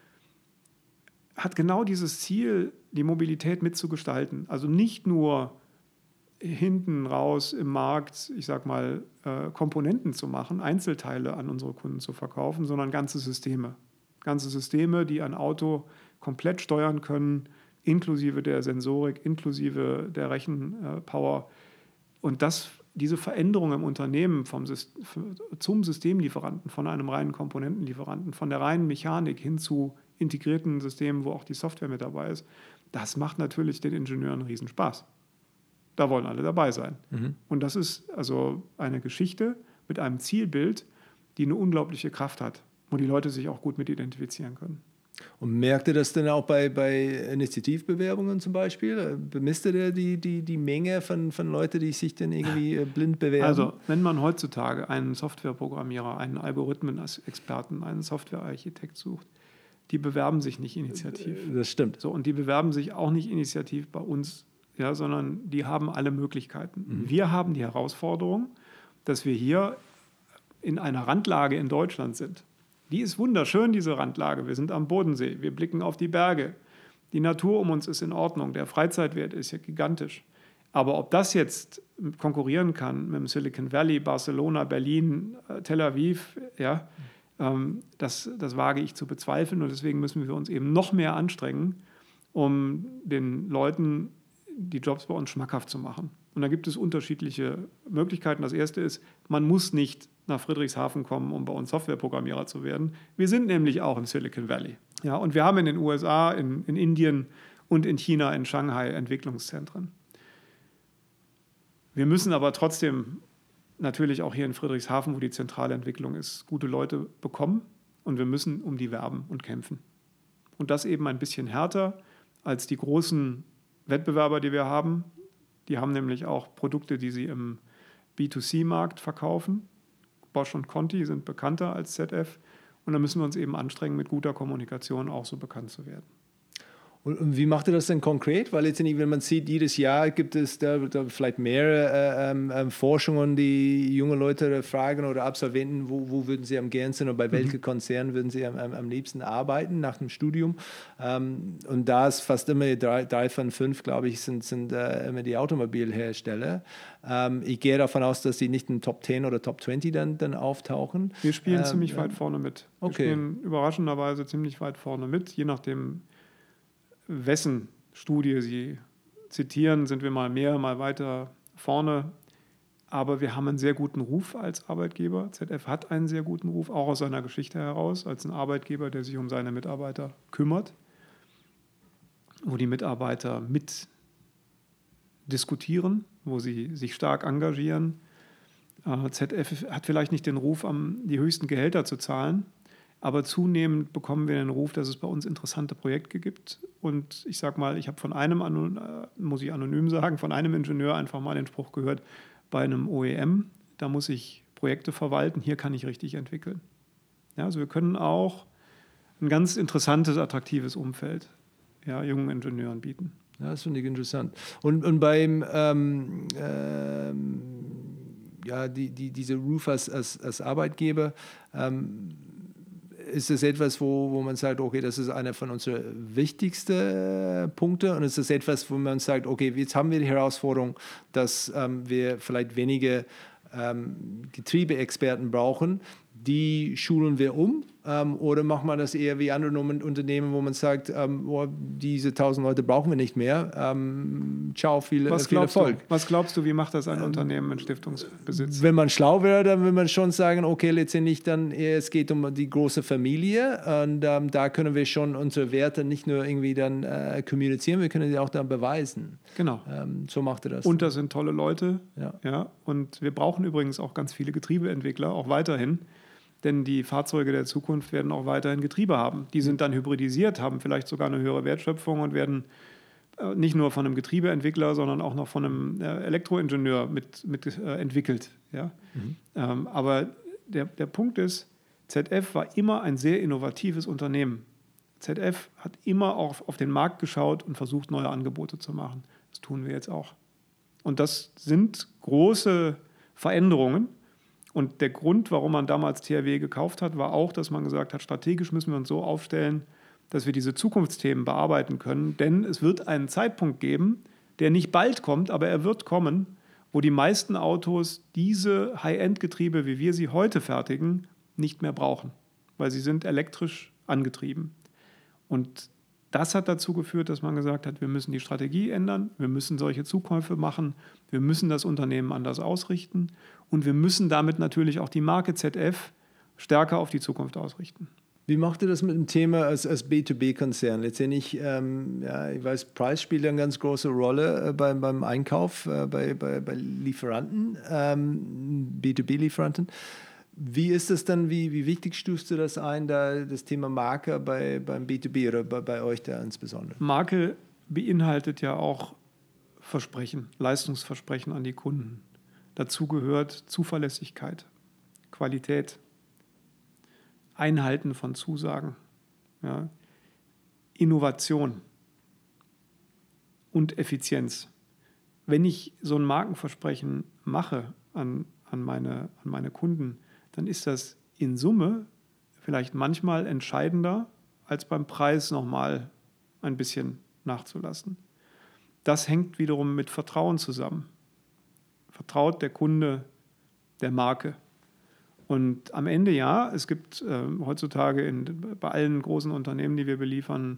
Hat genau dieses Ziel, die Mobilität mitzugestalten. Also nicht nur hinten raus im Markt, ich sag mal, Komponenten zu machen, Einzelteile an unsere Kunden zu verkaufen, sondern ganze Systeme. Ganze Systeme, die ein Auto komplett steuern können, inklusive der Sensorik, inklusive der Rechenpower. Und diese Veränderung im Unternehmen zum Systemlieferanten, von einem reinen Komponentenlieferanten, von der reinen Mechanik hin zu integrierten Systemen, wo auch die Software mit dabei ist, das macht natürlich den Ingenieuren riesen Spaß. Da wollen alle dabei sein. Mhm. Und das ist also eine Geschichte mit einem Zielbild, die eine unglaubliche Kraft hat, wo die Leute sich auch gut mit identifizieren können. Und merkt ihr das dann auch bei Initiativbewerbungen zum Beispiel? Bemisst ihr die Menge von Leuten, die sich dann irgendwie blind bewerben? Also, wenn man heutzutage einen Softwareprogrammierer, einen Algorithmen-Experten, einen Softwarearchitekt sucht, die bewerben sich nicht initiativ. Das stimmt. So, und die bewerben sich auch nicht initiativ bei uns, ja, sondern die haben alle Möglichkeiten. Mhm. Wir haben die Herausforderung, dass wir hier in einer Randlage in Deutschland sind. Die ist wunderschön, diese Randlage. Wir sind am Bodensee, wir blicken auf die Berge. Die Natur um uns ist in Ordnung, der Freizeitwert ist ja gigantisch. Aber ob das jetzt konkurrieren kann mit dem Silicon Valley, Barcelona, Berlin, Tel Aviv, ja, das wage ich zu bezweifeln. Und deswegen müssen wir uns eben noch mehr anstrengen, um den Leuten die Jobs bei uns schmackhaft zu machen. Und da gibt es unterschiedliche Möglichkeiten. Das erste ist, man muss nicht nach Friedrichshafen kommen, um bei uns Softwareprogrammierer zu werden. Wir sind nämlich auch im Silicon Valley. Ja, und wir haben in den USA, in Indien und in China, in Shanghai Entwicklungszentren. Wir müssen aber trotzdem natürlich auch hier in Friedrichshafen, wo die zentrale Entwicklung ist, gute Leute bekommen. Und wir müssen um die werben und kämpfen. Und das eben ein bisschen härter als die großen Wettbewerber, die wir haben. Die haben nämlich auch Produkte, die sie im B2C-Markt verkaufen. Bosch und Conti sind bekannter als ZF. Und da müssen wir uns eben anstrengen, mit guter Kommunikation auch so bekannt zu werden. Und wie macht ihr das denn konkret? Weil letztendlich, wenn man sieht, jedes Jahr gibt es da vielleicht mehrere Forschungen, die junge Leute fragen oder Absolventen, wo würden sie am gernsten oder bei welchen Konzernen würden sie am liebsten arbeiten nach dem Studium. Und da ist fast immer drei von 5, glaube ich, sind immer die Automobilhersteller. Ich gehe davon aus, dass sie nicht in Top 10 oder Top 20 dann auftauchen. Wir spielen ziemlich weit vorne mit. Wir spielen überraschenderweise ziemlich weit vorne mit, je nachdem, wessen Studie Sie zitieren, sind wir mal mehr, mal weiter vorne. Aber wir haben einen sehr guten Ruf als Arbeitgeber. ZF hat einen sehr guten Ruf, auch aus seiner Geschichte heraus, als ein Arbeitgeber, der sich um seine Mitarbeiter kümmert, wo die Mitarbeiter mit diskutieren, wo sie sich stark engagieren. ZF hat vielleicht nicht den Ruf, die höchsten Gehälter zu zahlen, aber zunehmend bekommen wir den Ruf, dass es bei uns interessante Projekte gibt. Und ich sage mal, ich habe von einem, muss ich anonym sagen, von einem Ingenieur einfach mal den Spruch gehört, bei einem OEM, da muss ich Projekte verwalten, hier kann ich richtig entwickeln. Ja, also wir können auch ein ganz interessantes, attraktives Umfeld jungen Ingenieuren bieten. Ja, das finde ich interessant. Und beim diese Ruf als Arbeitgeber, ist das etwas, wo man sagt, okay, das ist einer von unseren wichtigsten Punkten, und ist das etwas, wo man sagt, okay, jetzt haben wir die Herausforderung, dass wir vielleicht weniger Getriebeexperten brauchen, die schulen wir um? Oder macht man das eher wie andere Unternehmen, wo man sagt, diese 1000 Leute brauchen wir nicht mehr. Ciao, viel Erfolg. Was glaubst du, wie macht das ein Unternehmen in Stiftungsbesitz? Wenn man schlau wäre, dann würde man schon sagen, okay, letztendlich dann, es geht um die große Familie und da können wir schon unsere Werte nicht nur irgendwie dann kommunizieren, wir können sie auch dann beweisen. Genau. So macht er das. Und das sind tolle Leute. Ja. Und wir brauchen übrigens auch ganz viele Getriebeentwickler, auch weiterhin. Denn die Fahrzeuge der Zukunft werden auch weiterhin Getriebe haben. Die sind dann hybridisiert, haben vielleicht sogar eine höhere Wertschöpfung und werden nicht nur von einem Getriebeentwickler, sondern auch noch von einem Elektroingenieur mit entwickelt. Ja? Aber der Punkt ist, ZF war immer ein sehr innovatives Unternehmen. ZF hat immer auch auf den Markt geschaut und versucht, neue Angebote zu machen. Das tun wir jetzt auch. Und das sind große Veränderungen. Und der Grund, warum man damals THW gekauft hat, war auch, dass man gesagt hat, strategisch müssen wir uns so aufstellen, dass wir diese Zukunftsthemen bearbeiten können. Denn es wird einen Zeitpunkt geben, der nicht bald kommt, aber er wird kommen, wo die meisten Autos diese High-End-Getriebe, wie wir sie heute fertigen, nicht mehr brauchen, weil sie sind elektrisch angetrieben. Und das hat dazu geführt, dass man gesagt hat, wir müssen die Strategie ändern, wir müssen solche Zukäufe machen, wir müssen das Unternehmen anders ausrichten und wir müssen damit natürlich auch die Marke ZF stärker auf die Zukunft ausrichten. Wie macht ihr das mit dem Thema als B2B-Konzern? Letztendlich, ich weiß, Preis spielt eine ganz große Rolle beim Einkauf, bei Lieferanten, B2B-Lieferanten. Wie ist das dann, wie wichtig stufst du das ein, da das Thema Marke beim B2B oder bei euch da insbesondere? Marke beinhaltet ja auch Versprechen, Leistungsversprechen an die Kunden. Dazu gehört Zuverlässigkeit, Qualität, Einhalten von Zusagen, ja, Innovation und Effizienz. Wenn ich so ein Markenversprechen mache an meine Kunden, dann ist das in Summe vielleicht manchmal entscheidender, als beim Preis nochmal ein bisschen nachzulassen. Das hängt wiederum mit Vertrauen zusammen. Vertraut der Kunde der Marke. Und am Ende ja, es gibt heutzutage bei allen großen Unternehmen, die wir beliefern,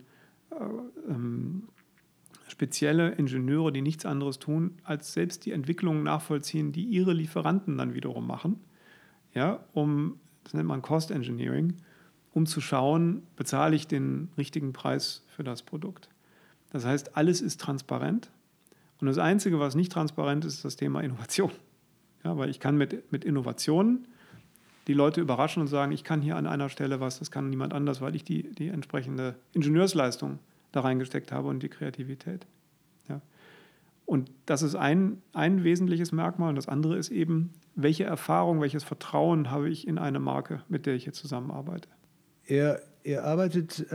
spezielle Ingenieure, die nichts anderes tun, als selbst die Entwicklungen nachvollziehen, die ihre Lieferanten dann wiederum machen, ja, das nennt man Cost Engineering, um zu schauen, bezahle ich den richtigen Preis für das Produkt. Das heißt, alles ist transparent und das Einzige, was nicht transparent ist, ist das Thema Innovation. Ja, weil ich kann mit Innovationen die Leute überraschen und sagen, ich kann hier an einer Stelle was, das kann niemand anders, weil ich die entsprechende Ingenieursleistung da reingesteckt habe und die Kreativität. Ja. Und das ist ein wesentliches Merkmal. Und das andere ist eben, welche Erfahrung, welches Vertrauen habe ich in eine Marke, mit der ich jetzt zusammenarbeite. Ihr arbeitet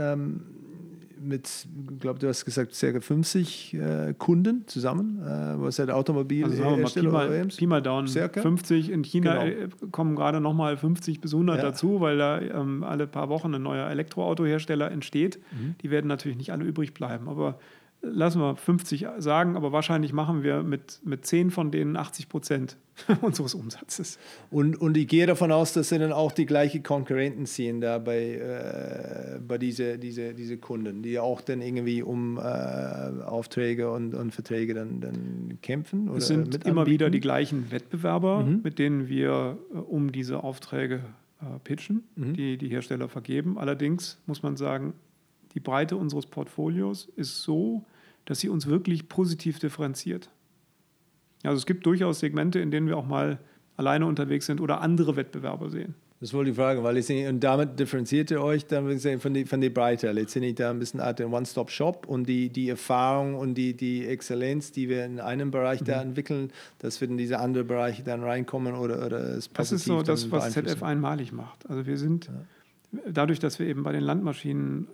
mit, ich glaube, du hast gesagt, ca. 50 Kunden zusammen. Was ist der Automobilhersteller? Pi mal Daumen, circa? 50. In China kommen gerade nochmal 50 bis 100 dazu, weil da alle paar Wochen ein neuer Elektroautohersteller entsteht. Die werden natürlich nicht alle übrig bleiben, aber lassen wir 50 sagen, aber wahrscheinlich machen wir mit 10 von denen 80% unseres Umsatzes. Und ich gehe davon aus, dass sie dann auch die gleichen Konkurrenten sehen da bei diese Kunden, die auch dann irgendwie um Aufträge und Verträge dann kämpfen? Oder es sind immer wieder die gleichen Wettbewerber, mit denen wir um diese Aufträge pitchen, die Hersteller vergeben. Allerdings muss man sagen, die Breite unseres Portfolios ist so, dass sie uns wirklich positiv differenziert. Also es gibt durchaus Segmente, in denen wir auch mal alleine unterwegs sind oder andere Wettbewerber sehen. Das wollte ich fragen, weil und damit differenziert ihr euch dann von der Breite. Letztendlich da ein bisschen Art One-Stop-Shop und die Erfahrung und die Exzellenz, die wir in einem Bereich da entwickeln, dass wir in diese anderen Bereiche dann reinkommen oder es positiv. Das ist so das, was ZF einmalig macht. Also wir sind dadurch, dass wir eben bei den Landmaschinen,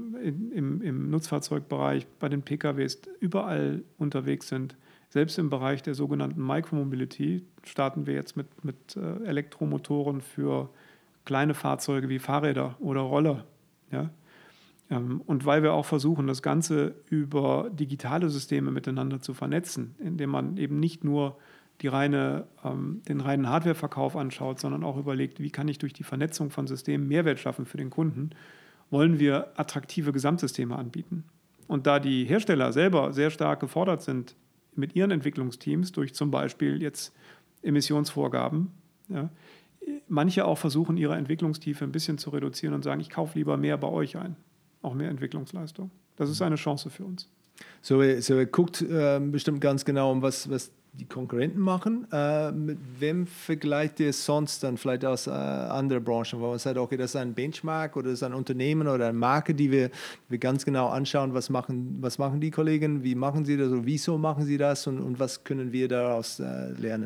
im Nutzfahrzeugbereich, bei den PKWs überall unterwegs sind, selbst im Bereich der sogenannten Micromobility starten wir jetzt mit Elektromotoren für kleine Fahrzeuge wie Fahrräder oder Roller. Ja? Und weil wir auch versuchen, das Ganze über digitale Systeme miteinander zu vernetzen, indem man eben nicht nur den reinen Hardwareverkauf anschaut, sondern auch überlegt, wie kann ich durch die Vernetzung von Systemen Mehrwert schaffen für den Kunden, wollen wir attraktive Gesamtsysteme anbieten. Und da die Hersteller selber sehr stark gefordert sind mit ihren Entwicklungsteams durch zum Beispiel jetzt Emissionsvorgaben, ja, manche auch versuchen, ihre Entwicklungstiefe ein bisschen zu reduzieren und sagen, ich kaufe lieber mehr bei euch ein, auch mehr Entwicklungsleistung. Das ist eine Chance für uns. So ihr guckt bestimmt ganz genau, was die Konkurrenten machen. Mit wem vergleicht ihr sonst dann vielleicht aus anderen Branchen, wo man sagt, okay, das ist ein Benchmark oder das ist ein Unternehmen oder eine Marke, die wir ganz genau anschauen, was machen die Kollegen, wie machen sie das oder wieso machen sie das und was können wir daraus lernen?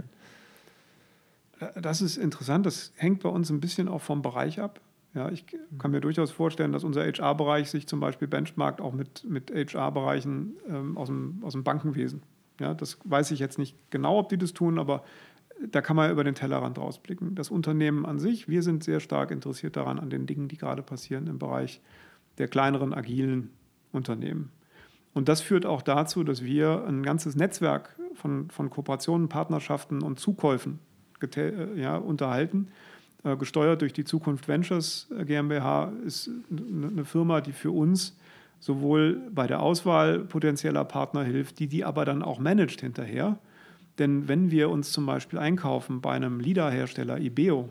Das ist interessant, das hängt bei uns ein bisschen auch vom Bereich ab. Ja, ich kann mir durchaus vorstellen, dass unser HR-Bereich sich zum Beispiel benchmarkt, auch mit HR-Bereichen aus dem Bankenwesen. Ja, das weiß ich jetzt nicht genau, ob die das tun, aber da kann man über den Tellerrand rausblicken. Das Unternehmen an sich, wir sind sehr stark interessiert daran, an den Dingen, die gerade passieren im Bereich der kleineren, agilen Unternehmen. Und das führt auch dazu, dass wir ein ganzes Netzwerk von Kooperationen, Partnerschaften und Zukäufen unterhalten. Gesteuert durch die Zukunft Ventures GmbH ist eine Firma, die für uns sowohl bei der Auswahl potenzieller Partner hilft, die aber dann auch managt hinterher. Denn wenn wir uns zum Beispiel einkaufen bei einem Leader-Hersteller Ibeo,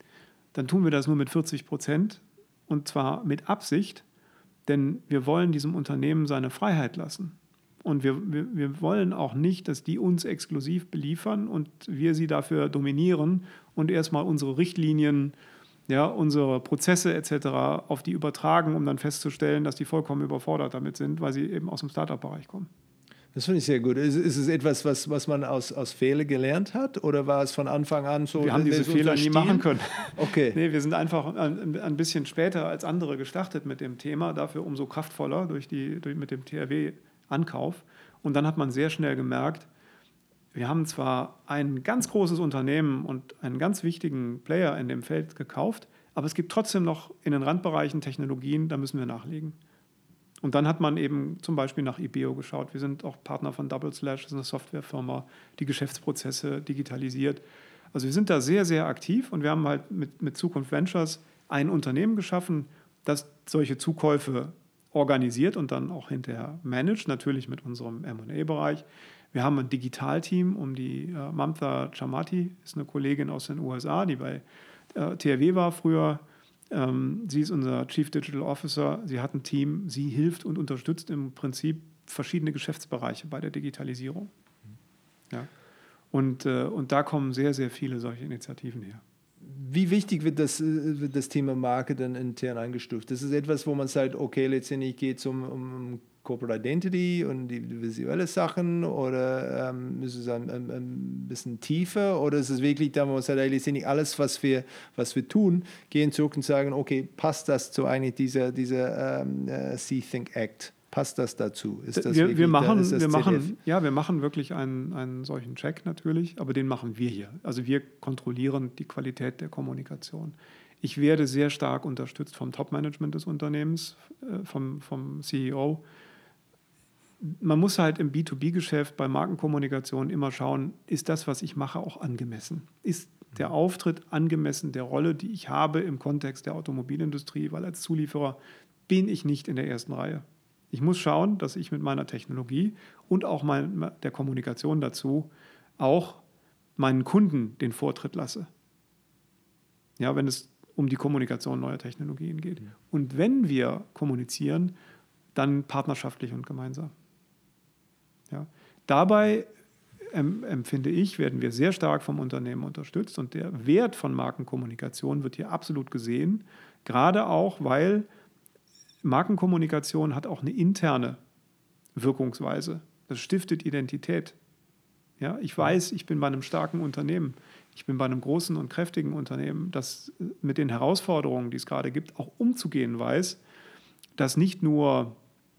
dann tun wir das nur mit 40% und zwar mit Absicht, denn wir wollen diesem Unternehmen seine Freiheit lassen. Und wir wollen auch nicht, dass die uns exklusiv beliefern und wir sie dafür dominieren und erstmal unsere Richtlinien, ja, unsere Prozesse etc. auf die übertragen, um dann festzustellen, dass die vollkommen überfordert damit sind, weil sie eben aus dem Startup-Bereich kommen. Das finde ich sehr gut. Ist es etwas, was man aus Fehlern gelernt hat oder war es von Anfang an so? Wir haben diese Fehler nie machen können. Okay. Nee, wir sind einfach ein bisschen später als andere gestartet mit dem Thema, dafür umso kraftvoller mit dem THW-Ankauf. Und dann hat man sehr schnell gemerkt, wir haben zwar ein ganz großes Unternehmen und einen ganz wichtigen Player in dem Feld gekauft, aber es gibt trotzdem noch in den Randbereichen Technologien, da müssen wir nachlegen. Und dann hat man eben zum Beispiel nach Ibeo geschaut. Wir sind auch Partner von Double Slash, das ist eine Softwarefirma, die Geschäftsprozesse digitalisiert. Also wir sind da sehr, sehr aktiv und wir haben halt mit Zukunft Ventures ein Unternehmen geschaffen, das solche Zukäufe organisiert und dann auch hinterher managt, natürlich mit unserem M&A-Bereich. Wir haben ein Digitalteam um die Mamta Chamati, ist eine Kollegin aus den USA, die bei THW war früher. Sie ist unser Chief Digital Officer. Sie hat ein Team, sie hilft und unterstützt im Prinzip verschiedene Geschäftsbereiche bei der Digitalisierung. Ja. Und da kommen sehr, sehr viele solche Initiativen her. Wie wichtig wird das Thema Marke dann intern eingestuft? Das ist etwas, wo man sagt, okay, letztendlich geht es um Corporate Identity und die visuelle Sachen oder ist es ein bisschen tiefer oder ist es wirklich da, wo man sagt, letztendlich alles, was wir tun, gehen zurück und sagen, okay, passt das zu eigentlich dieser C-Think Act? Passt das dazu? Ist das wir machen wirklich einen solchen Check natürlich, aber den machen wir hier. Also wir kontrollieren die Qualität der Kommunikation. Ich werde sehr stark unterstützt vom Top-Management des Unternehmens, vom CEO. Man muss halt im B2B-Geschäft bei Markenkommunikation immer schauen, ist das, was ich mache, auch angemessen? Ist der Auftritt angemessen der Rolle, die ich habe im Kontext der Automobilindustrie? Weil als Zulieferer bin ich nicht in der ersten Reihe. Ich muss schauen, dass ich mit meiner Technologie und auch der Kommunikation dazu auch meinen Kunden den Vortritt lasse. Ja, wenn es um die Kommunikation neuer Technologien geht. Ja. Und wenn wir kommunizieren, dann partnerschaftlich und gemeinsam. Ja. Dabei empfinde ich, werden wir sehr stark vom Unternehmen unterstützt und der Wert von Markenkommunikation wird hier absolut gesehen, gerade auch, weil Markenkommunikation hat auch eine interne Wirkungsweise. Das stiftet Identität. Ja, ich weiß, ich bin bei einem starken Unternehmen. Ich bin bei einem großen und kräftigen Unternehmen, das mit den Herausforderungen, die es gerade gibt, auch umzugehen weiß, das nicht nur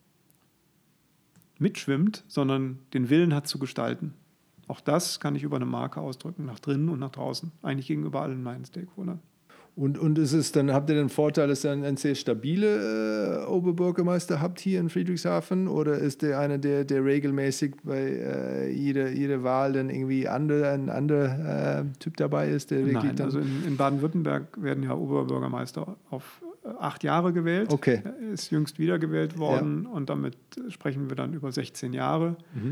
mitschwimmt, sondern den Willen hat zu gestalten. Auch das kann ich über eine Marke ausdrücken, nach drinnen und nach draußen, eigentlich gegenüber allen meinen Stakeholdern. Und ist es dann, habt ihr den Vorteil, dass ihr einen sehr stabile Oberbürgermeister habt hier in Friedrichshafen, oder ist der einer, der regelmäßig bei jeder Wahl dann irgendwie ein anderer Typ dabei ist, der wirklich Nein, dann... also in Baden-Württemberg werden ja Oberbürgermeister auf 8 Jahre gewählt. Okay. Er ist jüngst wiedergewählt worden und damit sprechen wir dann über 16 Jahre.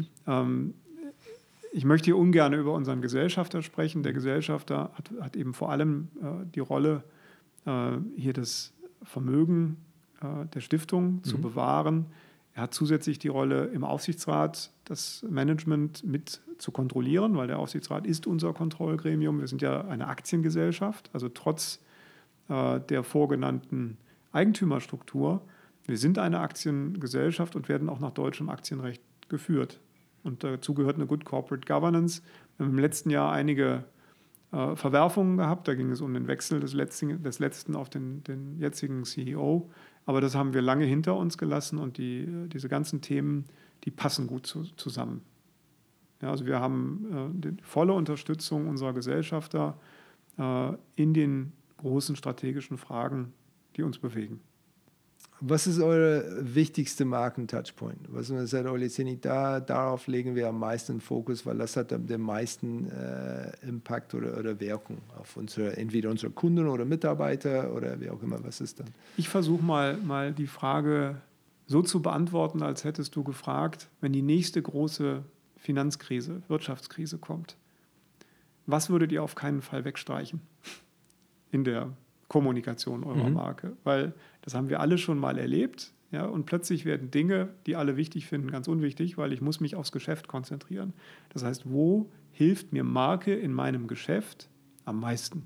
Ich möchte hier ungern über unseren Gesellschafter sprechen. Der Gesellschafter hat eben vor allem die Rolle, hier das Vermögen der Stiftung zu bewahren. Er hat zusätzlich die Rolle im Aufsichtsrat, das Management mit zu kontrollieren, weil der Aufsichtsrat ist unser Kontrollgremium. Wir sind ja eine Aktiengesellschaft, also trotz der vorgenannten Eigentümerstruktur. Wir sind eine Aktiengesellschaft und werden auch nach deutschem Aktienrecht geführt. Und dazu gehört eine Good Corporate Governance. Wir haben im letzten Jahr einige Verwerfungen gehabt. Da ging es um den Wechsel des letzten auf den jetzigen CEO. Aber das haben wir lange hinter uns gelassen und diese ganzen Themen, die passen gut zusammen. Ja, also wir haben die volle Unterstützung unserer Gesellschafter in den großen strategischen Fragen, die uns bewegen. Was ist eure wichtigste Marken-Touchpoint? Was sagt Olezeni, darauf legen wir am meisten Fokus, weil das hat den meisten Impact oder Wirkung auf entweder unsere Kunden oder Mitarbeiter oder wie auch immer. Was ist dann? Ich versuche mal die Frage so zu beantworten, als hättest du gefragt, wenn die nächste große Finanzkrise, Wirtschaftskrise kommt, was würdet ihr auf keinen Fall wegstreichen in der Kommunikation eurer Marke? Weil das haben wir alle schon mal erlebt, ja, und plötzlich werden Dinge, die alle wichtig finden, ganz unwichtig, weil ich muss mich aufs Geschäft konzentrieren. Das heißt, wo hilft mir Marke in meinem Geschäft am meisten?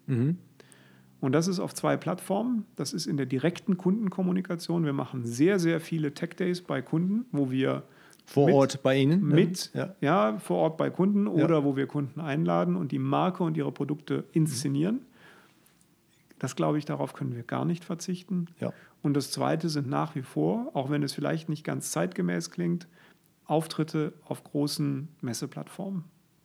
Und das ist auf 2 Plattformen. Das ist in der direkten Kundenkommunikation. Wir machen sehr, sehr viele Tech Days bei Kunden, wo wir vor Ort bei Ihnen? Vor Ort bei Kunden oder wo wir Kunden einladen und die Marke und ihre Produkte inszenieren. Das glaube ich, darauf können wir gar nicht verzichten. Ja. Und das Zweite sind nach wie vor, auch wenn es vielleicht nicht ganz zeitgemäß klingt, Auftritte auf großen Messeplattformen.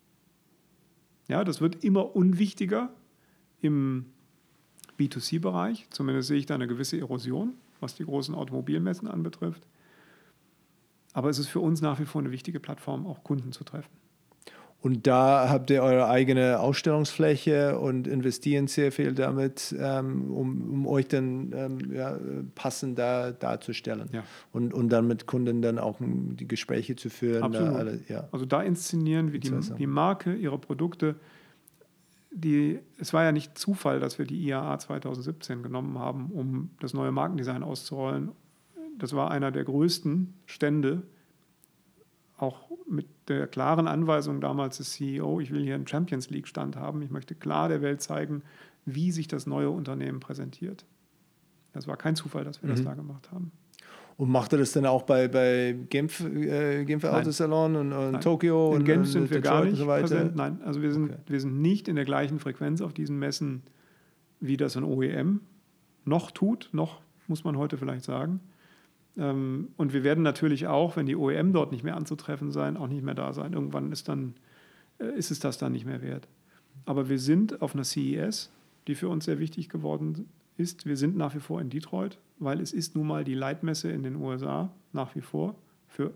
Ja, das wird immer unwichtiger im B2C-Bereich. Zumindest sehe ich da eine gewisse Erosion, was die großen Automobilmessen anbetrifft. Aber es ist für uns nach wie vor eine wichtige Plattform, auch Kunden zu treffen. Und da habt ihr eure eigene Ausstellungsfläche und investieren sehr viel damit, um euch dann passend darzustellen. Ja. Und dann mit Kunden dann auch die Gespräche zu führen. Absolut. Also da inszenieren wir die Marke, ihre Produkte. Es war ja nicht Zufall, dass wir die IAA 2017 genommen haben, um das neue Markendesign auszurollen. Das war einer der größten Stände, auch mit der klaren Anweisung damals des CEO, ich will hier einen Champions League Stand haben, ich möchte klar der Welt zeigen, wie sich das neue Unternehmen präsentiert. Das war kein Zufall, dass wir das da gemacht haben. Und macht ihr das dann auch bei Genfer Autosalon und Tokio? In Genf sind wir gar nicht präsent. Nein, also wir sind nicht in der gleichen Frequenz auf diesen Messen, wie das ein OEM noch tut, noch muss man heute vielleicht sagen. Und wir werden natürlich auch, wenn die OEM dort nicht mehr anzutreffen sein, auch nicht mehr da sein. Irgendwann ist es das dann nicht mehr wert. Aber wir sind auf einer CES, die für uns sehr wichtig geworden ist. Wir sind nach wie vor in Detroit, weil es ist nun mal die Leitmesse in den USA nach wie vor für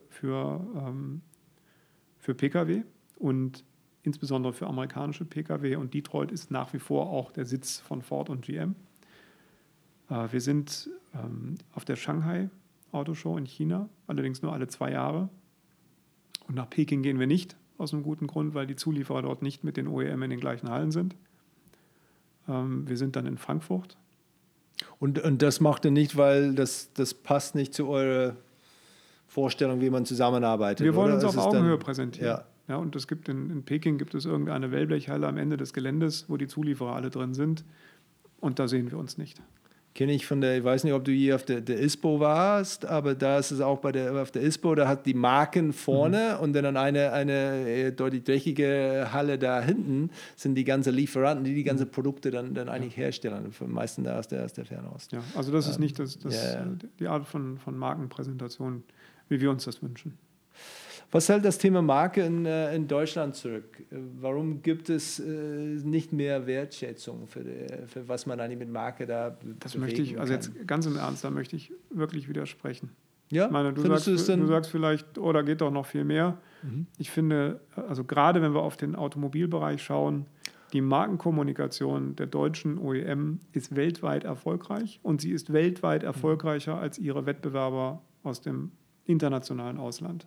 Pkw und insbesondere für amerikanische Pkw. Und Detroit ist nach wie vor auch der Sitz von Ford und GM. Wir sind auf der Shanghai Autoshow in China, allerdings nur alle 2 Jahre. Und nach Peking gehen wir nicht, aus einem guten Grund, weil die Zulieferer dort nicht mit den OEM in den gleichen Hallen sind. Wir sind dann in Frankfurt. Und das macht ihr nicht, weil das passt nicht zu eurer Vorstellung, wie man zusammenarbeitet? Wir wollen uns auf Augenhöhe präsentieren. Ja, und es gibt in Peking gibt es irgendeine Wellblechhalle am Ende des Geländes, wo die Zulieferer alle drin sind. Und da sehen wir uns nicht. Kenne ich ich weiß nicht, ob du hier auf der ISPO warst, aber da ist es auch auf der ISPO, da hat die Marken vorne und dann eine deutlich dreckige Halle da hinten sind die ganzen Lieferanten, die ganzen Produkte dann eigentlich herstellen, meistens da aus der Fernost. Ja, also das ist nicht die Art von Markenpräsentation, wie wir uns das wünschen. Was hält das Thema Marke in Deutschland zurück? Warum gibt es nicht mehr Wertschätzung für was man eigentlich mit Marke da Das möchte ich, also jetzt ganz im Ernst, da möchte ich wirklich widersprechen. Ja? Ich meine, du sagst vielleicht, oh, da geht doch noch viel mehr. Ich finde, also gerade wenn wir auf den Automobilbereich schauen, die Markenkommunikation der deutschen OEM ist weltweit erfolgreich und sie ist weltweit erfolgreicher als ihre Wettbewerber aus dem internationalen Ausland.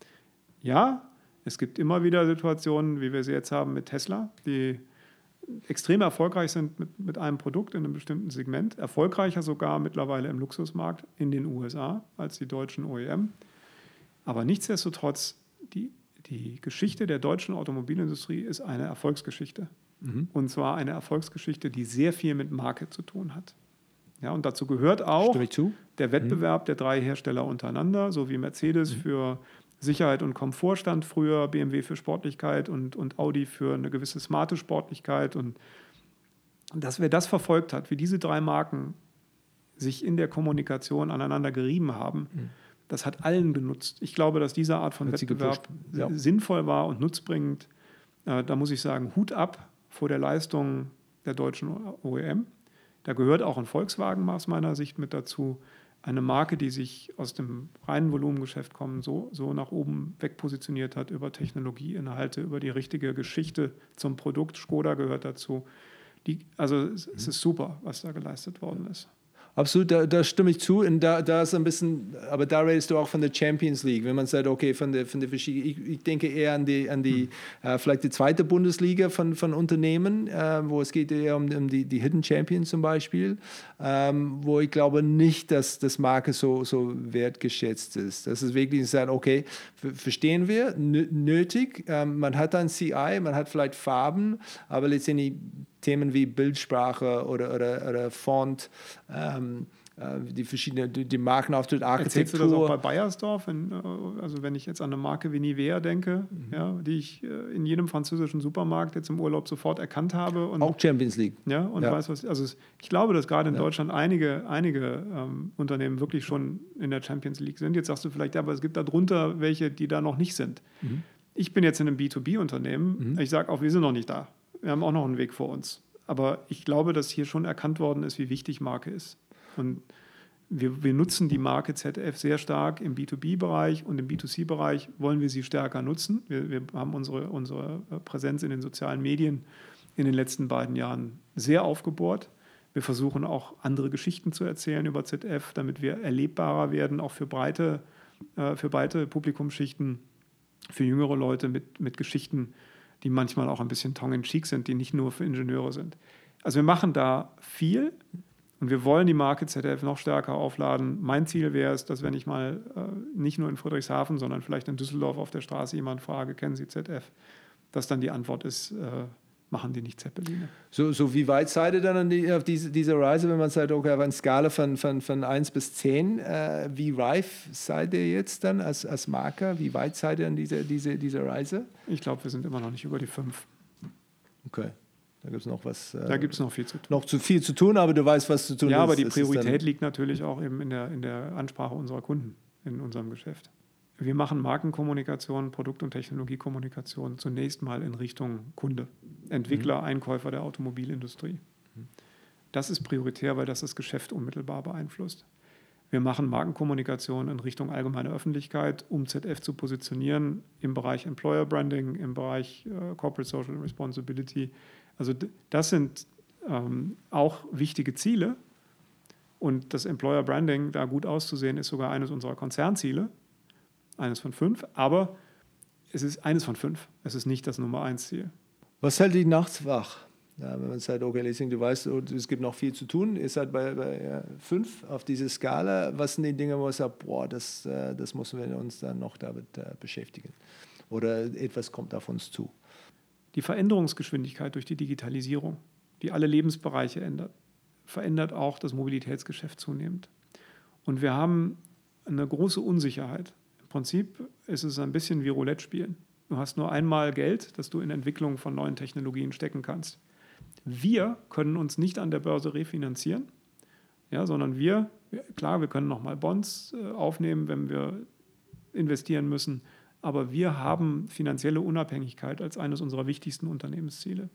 Ja, es gibt immer wieder Situationen, wie wir sie jetzt haben mit Tesla, die extrem erfolgreich sind mit einem Produkt in einem bestimmten Segment, erfolgreicher sogar mittlerweile im Luxusmarkt in den USA als die deutschen OEM. Aber nichtsdestotrotz, die Geschichte der deutschen Automobilindustrie ist eine Erfolgsgeschichte. Und zwar eine Erfolgsgeschichte, die sehr viel mit Marke zu tun hat. Ja, und dazu gehört auch der Wettbewerb der 3 Hersteller untereinander, so wie Mercedes für Sicherheit und Komfort stand früher, BMW für Sportlichkeit und Audi für eine gewisse smarte Sportlichkeit. Und dass wer das verfolgt hat, wie diese 3 Marken sich in der Kommunikation aneinander gerieben haben, das hat allen genutzt. Ich glaube, dass diese Art von Wettbewerb sinnvoll war und nutzbringend. Da muss ich sagen, Hut ab vor der Leistung der deutschen OEM. Da gehört auch ein Volkswagen aus meiner Sicht mit dazu. Eine Marke, die sich aus dem reinen Volumengeschäft kommen, so nach oben wegpositioniert hat über Technologie, Inhalte, über die richtige Geschichte zum Produkt. Skoda gehört dazu. Es ist super, was da geleistet worden ist. Absolut, da stimme ich zu. Und da ist ein bisschen, aber da redest du auch von der Champions League. Wenn man sagt, okay, von der verschiedenen, ich denke eher an die vielleicht die zweite Bundesliga von Unternehmen, wo es geht eher um die Hidden Champions zum Beispiel, wo ich glaube nicht, dass das Marke so wertgeschätzt ist. Das ist wirklich sagen, okay, verstehen wir, nötig. Man hat ein CI, man hat vielleicht Farben, aber letztendlich Themen wie Bildsprache oder Font, die verschiedenen, die Markenauftritt, Architektur. Erzählst du das auch bei Beiersdorf? Also wenn ich jetzt an eine Marke wie Nivea denke, die ich in jedem französischen Supermarkt jetzt im Urlaub sofort erkannt habe. Und, auch Champions League. Ja, und weiß was. Also ich glaube, dass gerade in Deutschland einige Unternehmen wirklich schon in der Champions League sind. Jetzt sagst du vielleicht, ja, aber es gibt da drunter welche, die da noch nicht sind. Ich bin jetzt in einem B2B-Unternehmen. Ich sage auch, wir sind noch nicht da. Wir haben auch noch einen Weg vor uns. Aber ich glaube, dass hier schon erkannt worden ist, wie wichtig Marke ist. Und wir nutzen die Marke ZF sehr stark im B2B-Bereich und im B2C-Bereich wollen wir sie stärker nutzen. Wir haben unsere Präsenz in den sozialen Medien in den letzten beiden Jahren sehr aufgebohrt. Wir versuchen auch andere Geschichten zu erzählen über ZF, damit wir erlebbarer werden, auch für breite Publikumsschichten, für jüngere Leute mit Geschichten, die manchmal auch ein bisschen tongue-in-cheek sind, die nicht nur für Ingenieure sind. Also wir machen da viel und wir wollen die Marke ZF noch stärker aufladen. Mein Ziel wäre es, dass wenn ich mal nicht nur in Friedrichshafen, sondern vielleicht in Düsseldorf auf der Straße jemand frage, kennen Sie ZF, dass dann die Antwort ist, machen die nicht Zeppeline. So wie weit seid ihr dann auf dieser Reise, wenn man sagt, okay, auf einer Skala von 1 bis 10, wie reif seid ihr jetzt dann als Marke? Wie weit seid ihr an dieser Reise? Ich glaube, wir sind immer noch nicht über die 5. Okay, da gibt es noch was. Da gibt es noch viel zu tun. Noch zu viel zu tun, aber du weißt, was zu tun ist. Ja, aber die Priorität liegt natürlich auch eben in der Ansprache unserer Kunden in unserem Geschäft. Wir machen Markenkommunikation, Produkt- und Technologiekommunikation zunächst mal in Richtung Kunde, Entwickler, Einkäufer der Automobilindustrie. Das ist prioritär, weil das Geschäft unmittelbar beeinflusst. Wir machen Markenkommunikation in Richtung allgemeine Öffentlichkeit, um ZF zu positionieren im Bereich Employer Branding, im Bereich Corporate Social Responsibility. Also das sind auch wichtige Ziele. Und das Employer Branding, da gut auszusehen, ist sogar eines unserer Konzernziele. Eines von 5, aber es ist eines von 5. Es ist nicht das Nummer 1 Ziel. Was hält dich nachts wach? Ja, wenn man sagt, okay, Lessing, du weißt, es gibt noch viel zu tun. Ihr seid bei 5 auf dieser Skala. Was sind die Dinge, wo man sagt, boah, das müssen wir uns dann noch damit beschäftigen? Oder etwas kommt auf uns zu? Die Veränderungsgeschwindigkeit durch die Digitalisierung, die alle Lebensbereiche ändert, verändert auch das Mobilitätsgeschäft zunehmend. Und wir haben eine große Unsicherheit. Im Prinzip ist es ein bisschen wie Roulette spielen. Du hast nur einmal Geld, das du in Entwicklung von neuen Technologien stecken kannst. Wir können uns nicht an der Börse refinanzieren, sondern wir können nochmal Bonds aufnehmen, wenn wir investieren müssen, aber wir haben finanzielle Unabhängigkeit als eines unserer wichtigsten Unternehmensziele.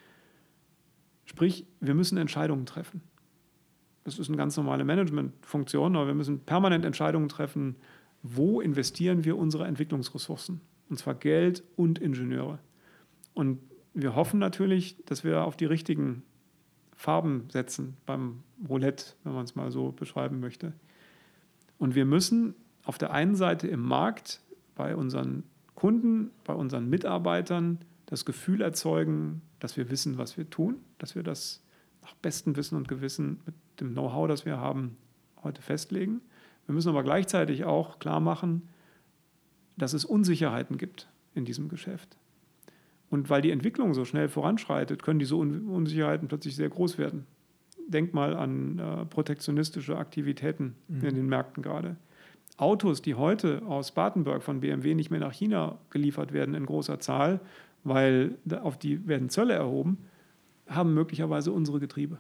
Sprich, wir müssen Entscheidungen treffen. Das ist eine ganz normale Managementfunktion, aber wir müssen permanent Entscheidungen treffen, wo investieren wir unsere Entwicklungsressourcen, und zwar Geld und Ingenieure. Und wir hoffen natürlich, dass wir auf die richtigen Farben setzen beim Roulette, wenn man es mal so beschreiben möchte. Und wir müssen auf der einen Seite im Markt bei unseren Kunden, bei unseren Mitarbeitern das Gefühl erzeugen, dass wir wissen, was wir tun, dass wir das nach bestem Wissen und Gewissen mit dem Know-how, das wir haben, heute festlegen. Wir müssen aber gleichzeitig auch klar machen, dass es Unsicherheiten gibt in diesem Geschäft. Und weil die Entwicklung so schnell voranschreitet, können diese Unsicherheiten plötzlich sehr groß werden. Denk mal an protektionistische Aktivitäten in den Märkten gerade. Autos, die heute aus Spartanburg von BMW nicht mehr nach China geliefert werden in großer Zahl, weil auf die werden Zölle erhoben, haben möglicherweise unsere Getriebe.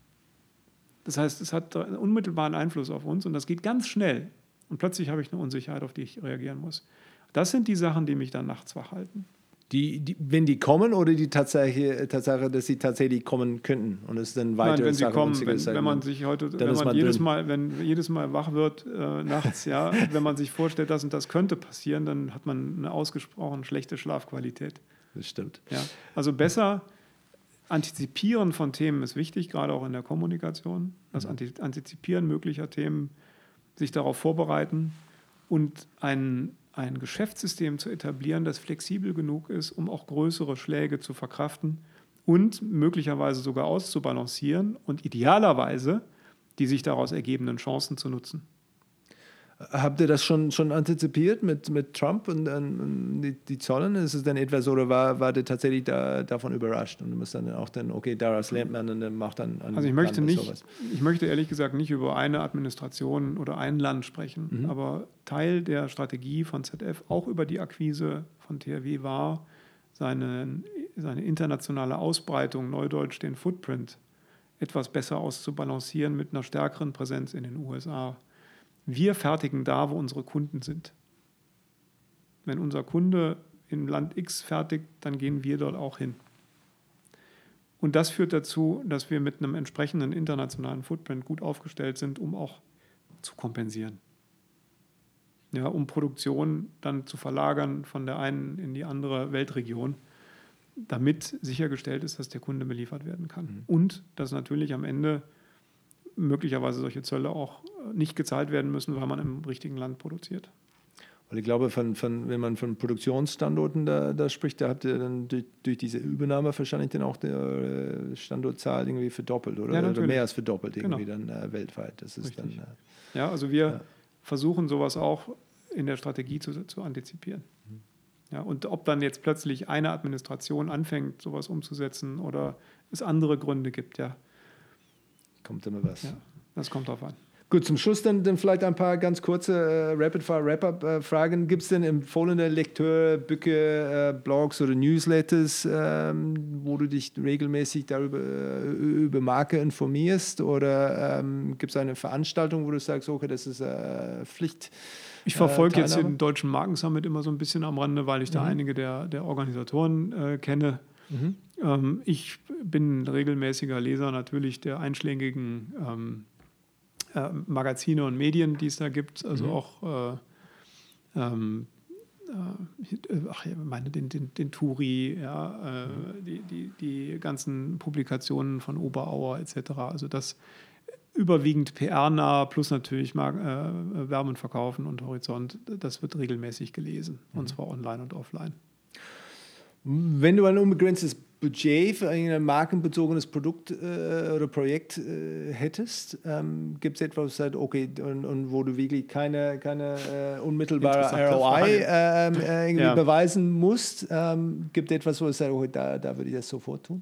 Das heißt, es hat einen unmittelbaren Einfluss auf uns und das geht ganz schnell. Und plötzlich habe ich eine Unsicherheit, auf die ich reagieren muss. Das sind die Sachen, die mich dann nachts wach halten. Wenn die kommen oder die Tatsache, dass sie tatsächlich kommen könnten und es dann weiter. Nein, wenn sie kommen, wenn man sich heute, wenn jedes Mal wach wird nachts, ja, wenn man sich vorstellt, das und das könnte passieren, dann hat man eine ausgesprochen schlechte Schlafqualität. Das stimmt. Ja, also besser antizipieren von Themen ist wichtig, gerade auch in der Kommunikation. Das Antizipieren möglicher Themen, sich darauf vorbereiten und ein Geschäftssystem zu etablieren, das flexibel genug ist, um auch größere Schläge zu verkraften und möglicherweise sogar auszubalancieren und idealerweise die sich daraus ergebenden Chancen zu nutzen. Habt ihr das schon antizipiert mit Trump und die Zollen? Ist es denn etwas oder war der tatsächlich davon überrascht und du musst dann auch okay, daraus lernt man und dann macht dann also ich möchte ehrlich gesagt nicht über eine Administration oder ein Land sprechen, aber Teil der Strategie von ZF, auch über die Akquise von THW war, seine internationale Ausbreitung, neudeutsch den Footprint, etwas besser auszubalancieren mit einer stärkeren Präsenz in den USA. Wir fertigen da, wo unsere Kunden sind. Wenn unser Kunde in Land X fertigt, dann gehen wir dort auch hin. Und das führt dazu, dass wir mit einem entsprechenden internationalen Footprint gut aufgestellt sind, um auch zu kompensieren. Ja, um Produktion dann zu verlagern von der einen in die andere Weltregion, damit sichergestellt ist, dass der Kunde beliefert werden kann. Und dass natürlich am Ende möglicherweise solche Zölle auch nicht gezahlt werden müssen, weil man im richtigen Land produziert. Weil ich glaube, wenn man von Produktionsstandorten da spricht, da habt ihr dann durch diese Übernahme wahrscheinlich dann auch die Standortzahl irgendwie verdoppelt, oder? Ja, oder mehr als verdoppelt irgendwie genau. Dann weltweit. Das ist richtig. Dann, ja, also wir versuchen sowas auch in der Strategie zu antizipieren. Ja, und ob dann jetzt plötzlich eine Administration anfängt, sowas umzusetzen oder es andere Gründe gibt, ja. Kommt immer was. Ja, das kommt drauf an. Gut, zum Schluss dann vielleicht ein paar ganz kurze Rapid-Fire-Wrap-Up-Fragen. Gibt es denn empfohlene Lektüre, Bücher, Blogs oder Newsletters, wo du dich regelmäßig über Marke informierst? Oder gibt es eine Veranstaltung, wo du sagst, okay, das ist Pflicht? Ich verfolge jetzt den Deutschen Markensummit immer so ein bisschen am Rande, weil ich da einige der Organisatoren kenne. Ich bin ein regelmäßiger Leser natürlich der einschlägigen Magazine und Medien, die es da gibt. Also auch den Turi, ja, die ganzen Publikationen von Oberauer etc. Also das überwiegend PR-nah plus natürlich Werben und Verkaufen und Horizont. Das wird regelmäßig gelesen und zwar online und offline. Wenn du ein unbegrenztes Budget für ein markenbezogenes Produkt oder Projekt hättest, gibt es etwas, wo du sagst, okay, und wo du wirklich keine unmittelbare ROI irgendwie beweisen musst? Gibt es etwas, wo du sagst, okay, da würde ich das sofort tun?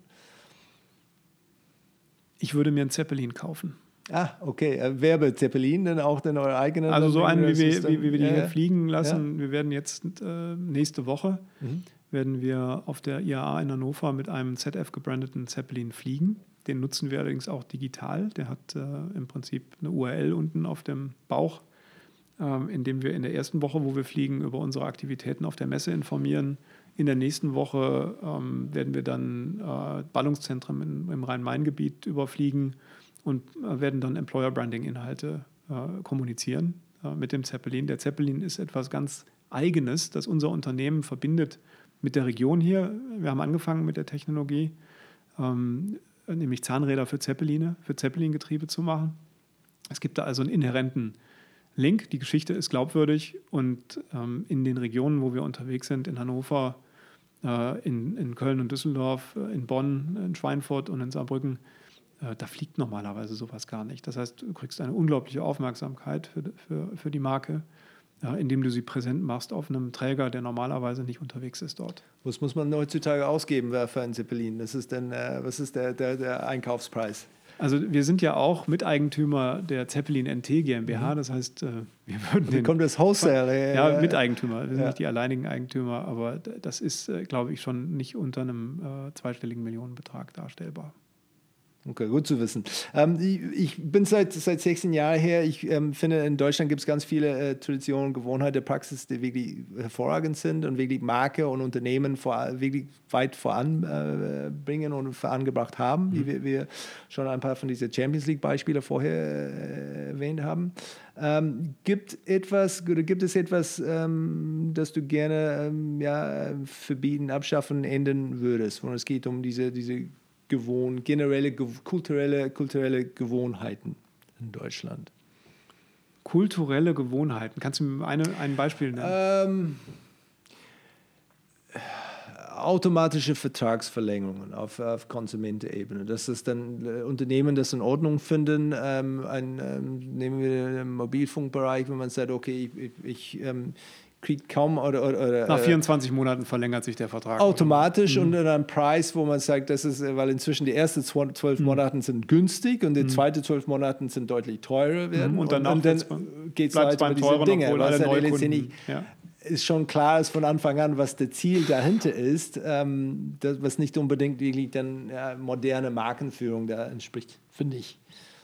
Ich würde mir einen Zeppelin kaufen. Ah, okay. Werbe-Zeppelin, dann auch dann eure eigenen? Also so einen, wie wir die hier fliegen lassen. Ja. Wir werden jetzt nächste Woche werden wir auf der IAA in Hannover mit einem ZF-gebrandeten Zeppelin fliegen. Den nutzen wir allerdings auch digital. Der hat im Prinzip eine URL unten auf dem Bauch. indem wir in der ersten Woche, wo wir fliegen, über unsere Aktivitäten auf der Messe informieren. In der nächsten Woche werden wir dann Ballungszentren im Rhein-Main-Gebiet überfliegen und werden dann Employer-Branding-Inhalte kommunizieren mit dem Zeppelin. Der Zeppelin ist etwas ganz Eigenes, das unser Unternehmen verbindet mit der Region hier. Wir haben angefangen mit der Technologie, nämlich Zahnräder für Zeppeline, für Zeppelin-Getriebe zu machen. Es gibt da also einen inhärenten Link. Die Geschichte ist glaubwürdig und in den Regionen, wo wir unterwegs sind, in Hannover, in Köln und Düsseldorf, in Bonn, in Schweinfurt und in Saarbrücken, da fliegt normalerweise sowas gar nicht. Das heißt, du kriegst eine unglaubliche Aufmerksamkeit für die Marke, indem du sie präsent machst auf einem Träger, der normalerweise nicht unterwegs ist dort. Was muss man heutzutage ausgeben für einen Zeppelin? Was ist der Einkaufspreis? Also wir sind ja auch Miteigentümer der Zeppelin NT GmbH, das heißt, wir würden Wie kommt das Wholesale? Ja, Miteigentümer, wir sind nicht die alleinigen Eigentümer, aber das ist, glaube ich, schon nicht unter einem zweistelligen Millionenbetrag darstellbar. Okay, gut zu wissen. Ich bin seit 16 Jahren her. Ich finde, in Deutschland gibt es ganz viele Traditionen, Gewohnheiten der Praxis, die wirklich hervorragend sind und wirklich Marke und Unternehmen wirklich weit voranbringen und vorangebracht haben, wie wir schon ein paar von diesen Champions League-Beispiele vorher erwähnt haben. Gibt es etwas, das du gerne verbieten, abschaffen, ändern würdest, wenn es geht um diese kulturelle Gewohnheiten in Deutschland? Kulturelle Gewohnheiten. Kannst du mir ein Beispiel nennen? Automatische Vertragsverlängerungen auf Konsumentenebene. Dass das dann Unternehmen das in Ordnung finden. Nehmen wir den Mobilfunkbereich, wenn man sagt, okay, ich kriegt kaum oder nach 24 Monaten verlängert sich der Vertrag. Automatisch und in einem Preis, wo man sagt, das ist, weil inzwischen die ersten 12 Monate sind günstig und die zweiten 12 Monate sind deutlich teurer werden. Und dann geht es weiter mit diesen Dingen. Ist schon klar ist von Anfang an, was das Ziel dahinter ist, was nicht unbedingt wirklich dann moderne Markenführung da entspricht, finde ich.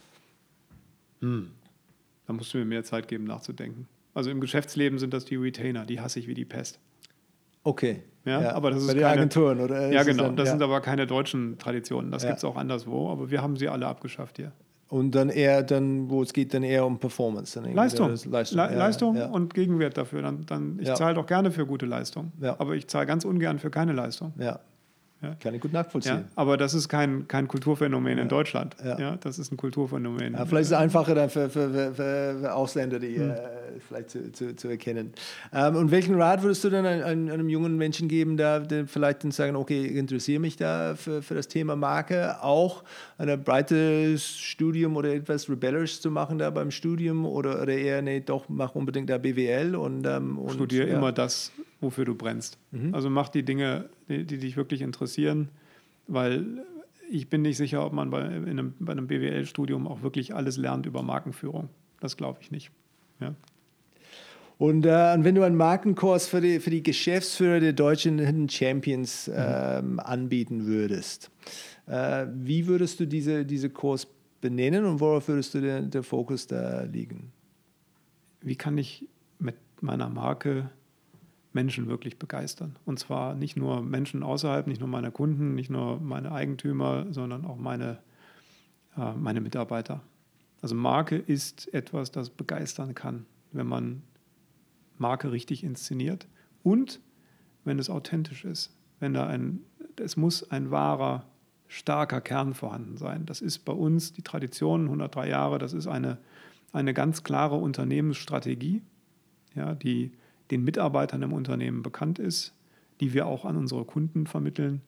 Da musst du mir mehr Zeit geben, nachzudenken. Also im Geschäftsleben sind das die Retainer, die hasse ich wie die Pest. Okay. Ja, aber das ist bei den Agenturen, oder? Ja, genau. Das sind aber keine deutschen Traditionen. Das gibt es auch anderswo, aber wir haben sie alle abgeschafft hier. Und dann wo es geht, dann eher um Performance. Leistung und Gegenwert dafür. Ich zahle doch gerne für gute Leistung, aber ich zahle ganz ungern für keine Leistung. Ja. Kann ich gut nachvollziehen. Ja, aber das ist kein Kulturphänomen in Deutschland. Ja, das ist ein Kulturphänomen. Ja, vielleicht ist es einfacher dann für Ausländer, die vielleicht zu erkennen. Und welchen Rat würdest du denn einem jungen Menschen geben, der vielleicht dann sagen, okay, ich interessiere mich da für das Thema Marke, auch ein breites Studium oder etwas rebellisch zu machen da beim Studium oder eher, nee, doch, mach unbedingt da BWL und studiere immer das, wofür du brennst. Also mach die Dinge, die dich wirklich interessieren, weil ich bin nicht sicher, ob man bei einem BWL-Studium auch wirklich alles lernt über Markenführung. Das glaube ich nicht. Ja. Und wenn du einen Markenkurs für die Geschäftsführer der deutschen Hidden Champions anbieten würdest, wie würdest du diese Kurs benennen und worauf würdest du der Fokus da liegen? Wie kann ich mit meiner Marke Menschen wirklich begeistern? Und zwar nicht nur Menschen außerhalb, nicht nur meine Kunden, nicht nur meine Eigentümer, sondern auch meine Mitarbeiter. Also Marke ist etwas, das begeistern kann, wenn man Marke richtig inszeniert und wenn es authentisch ist. Es muss ein wahrer, starker Kern vorhanden sein. Das ist bei uns die Tradition, 103 Jahre, das ist eine ganz klare Unternehmensstrategie, ja, die den Mitarbeitern im Unternehmen bekannt ist, die wir auch an unsere Kunden vermitteln.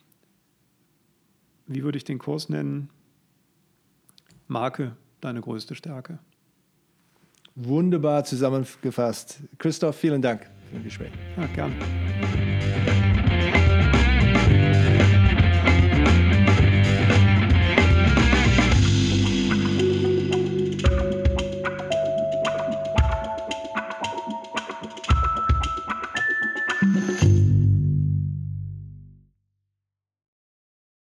Wie würde ich den Kurs nennen? Marke, deine größte Stärke. Wunderbar zusammengefasst. Christoph, vielen Dank für das Gespräch. Ja, gern.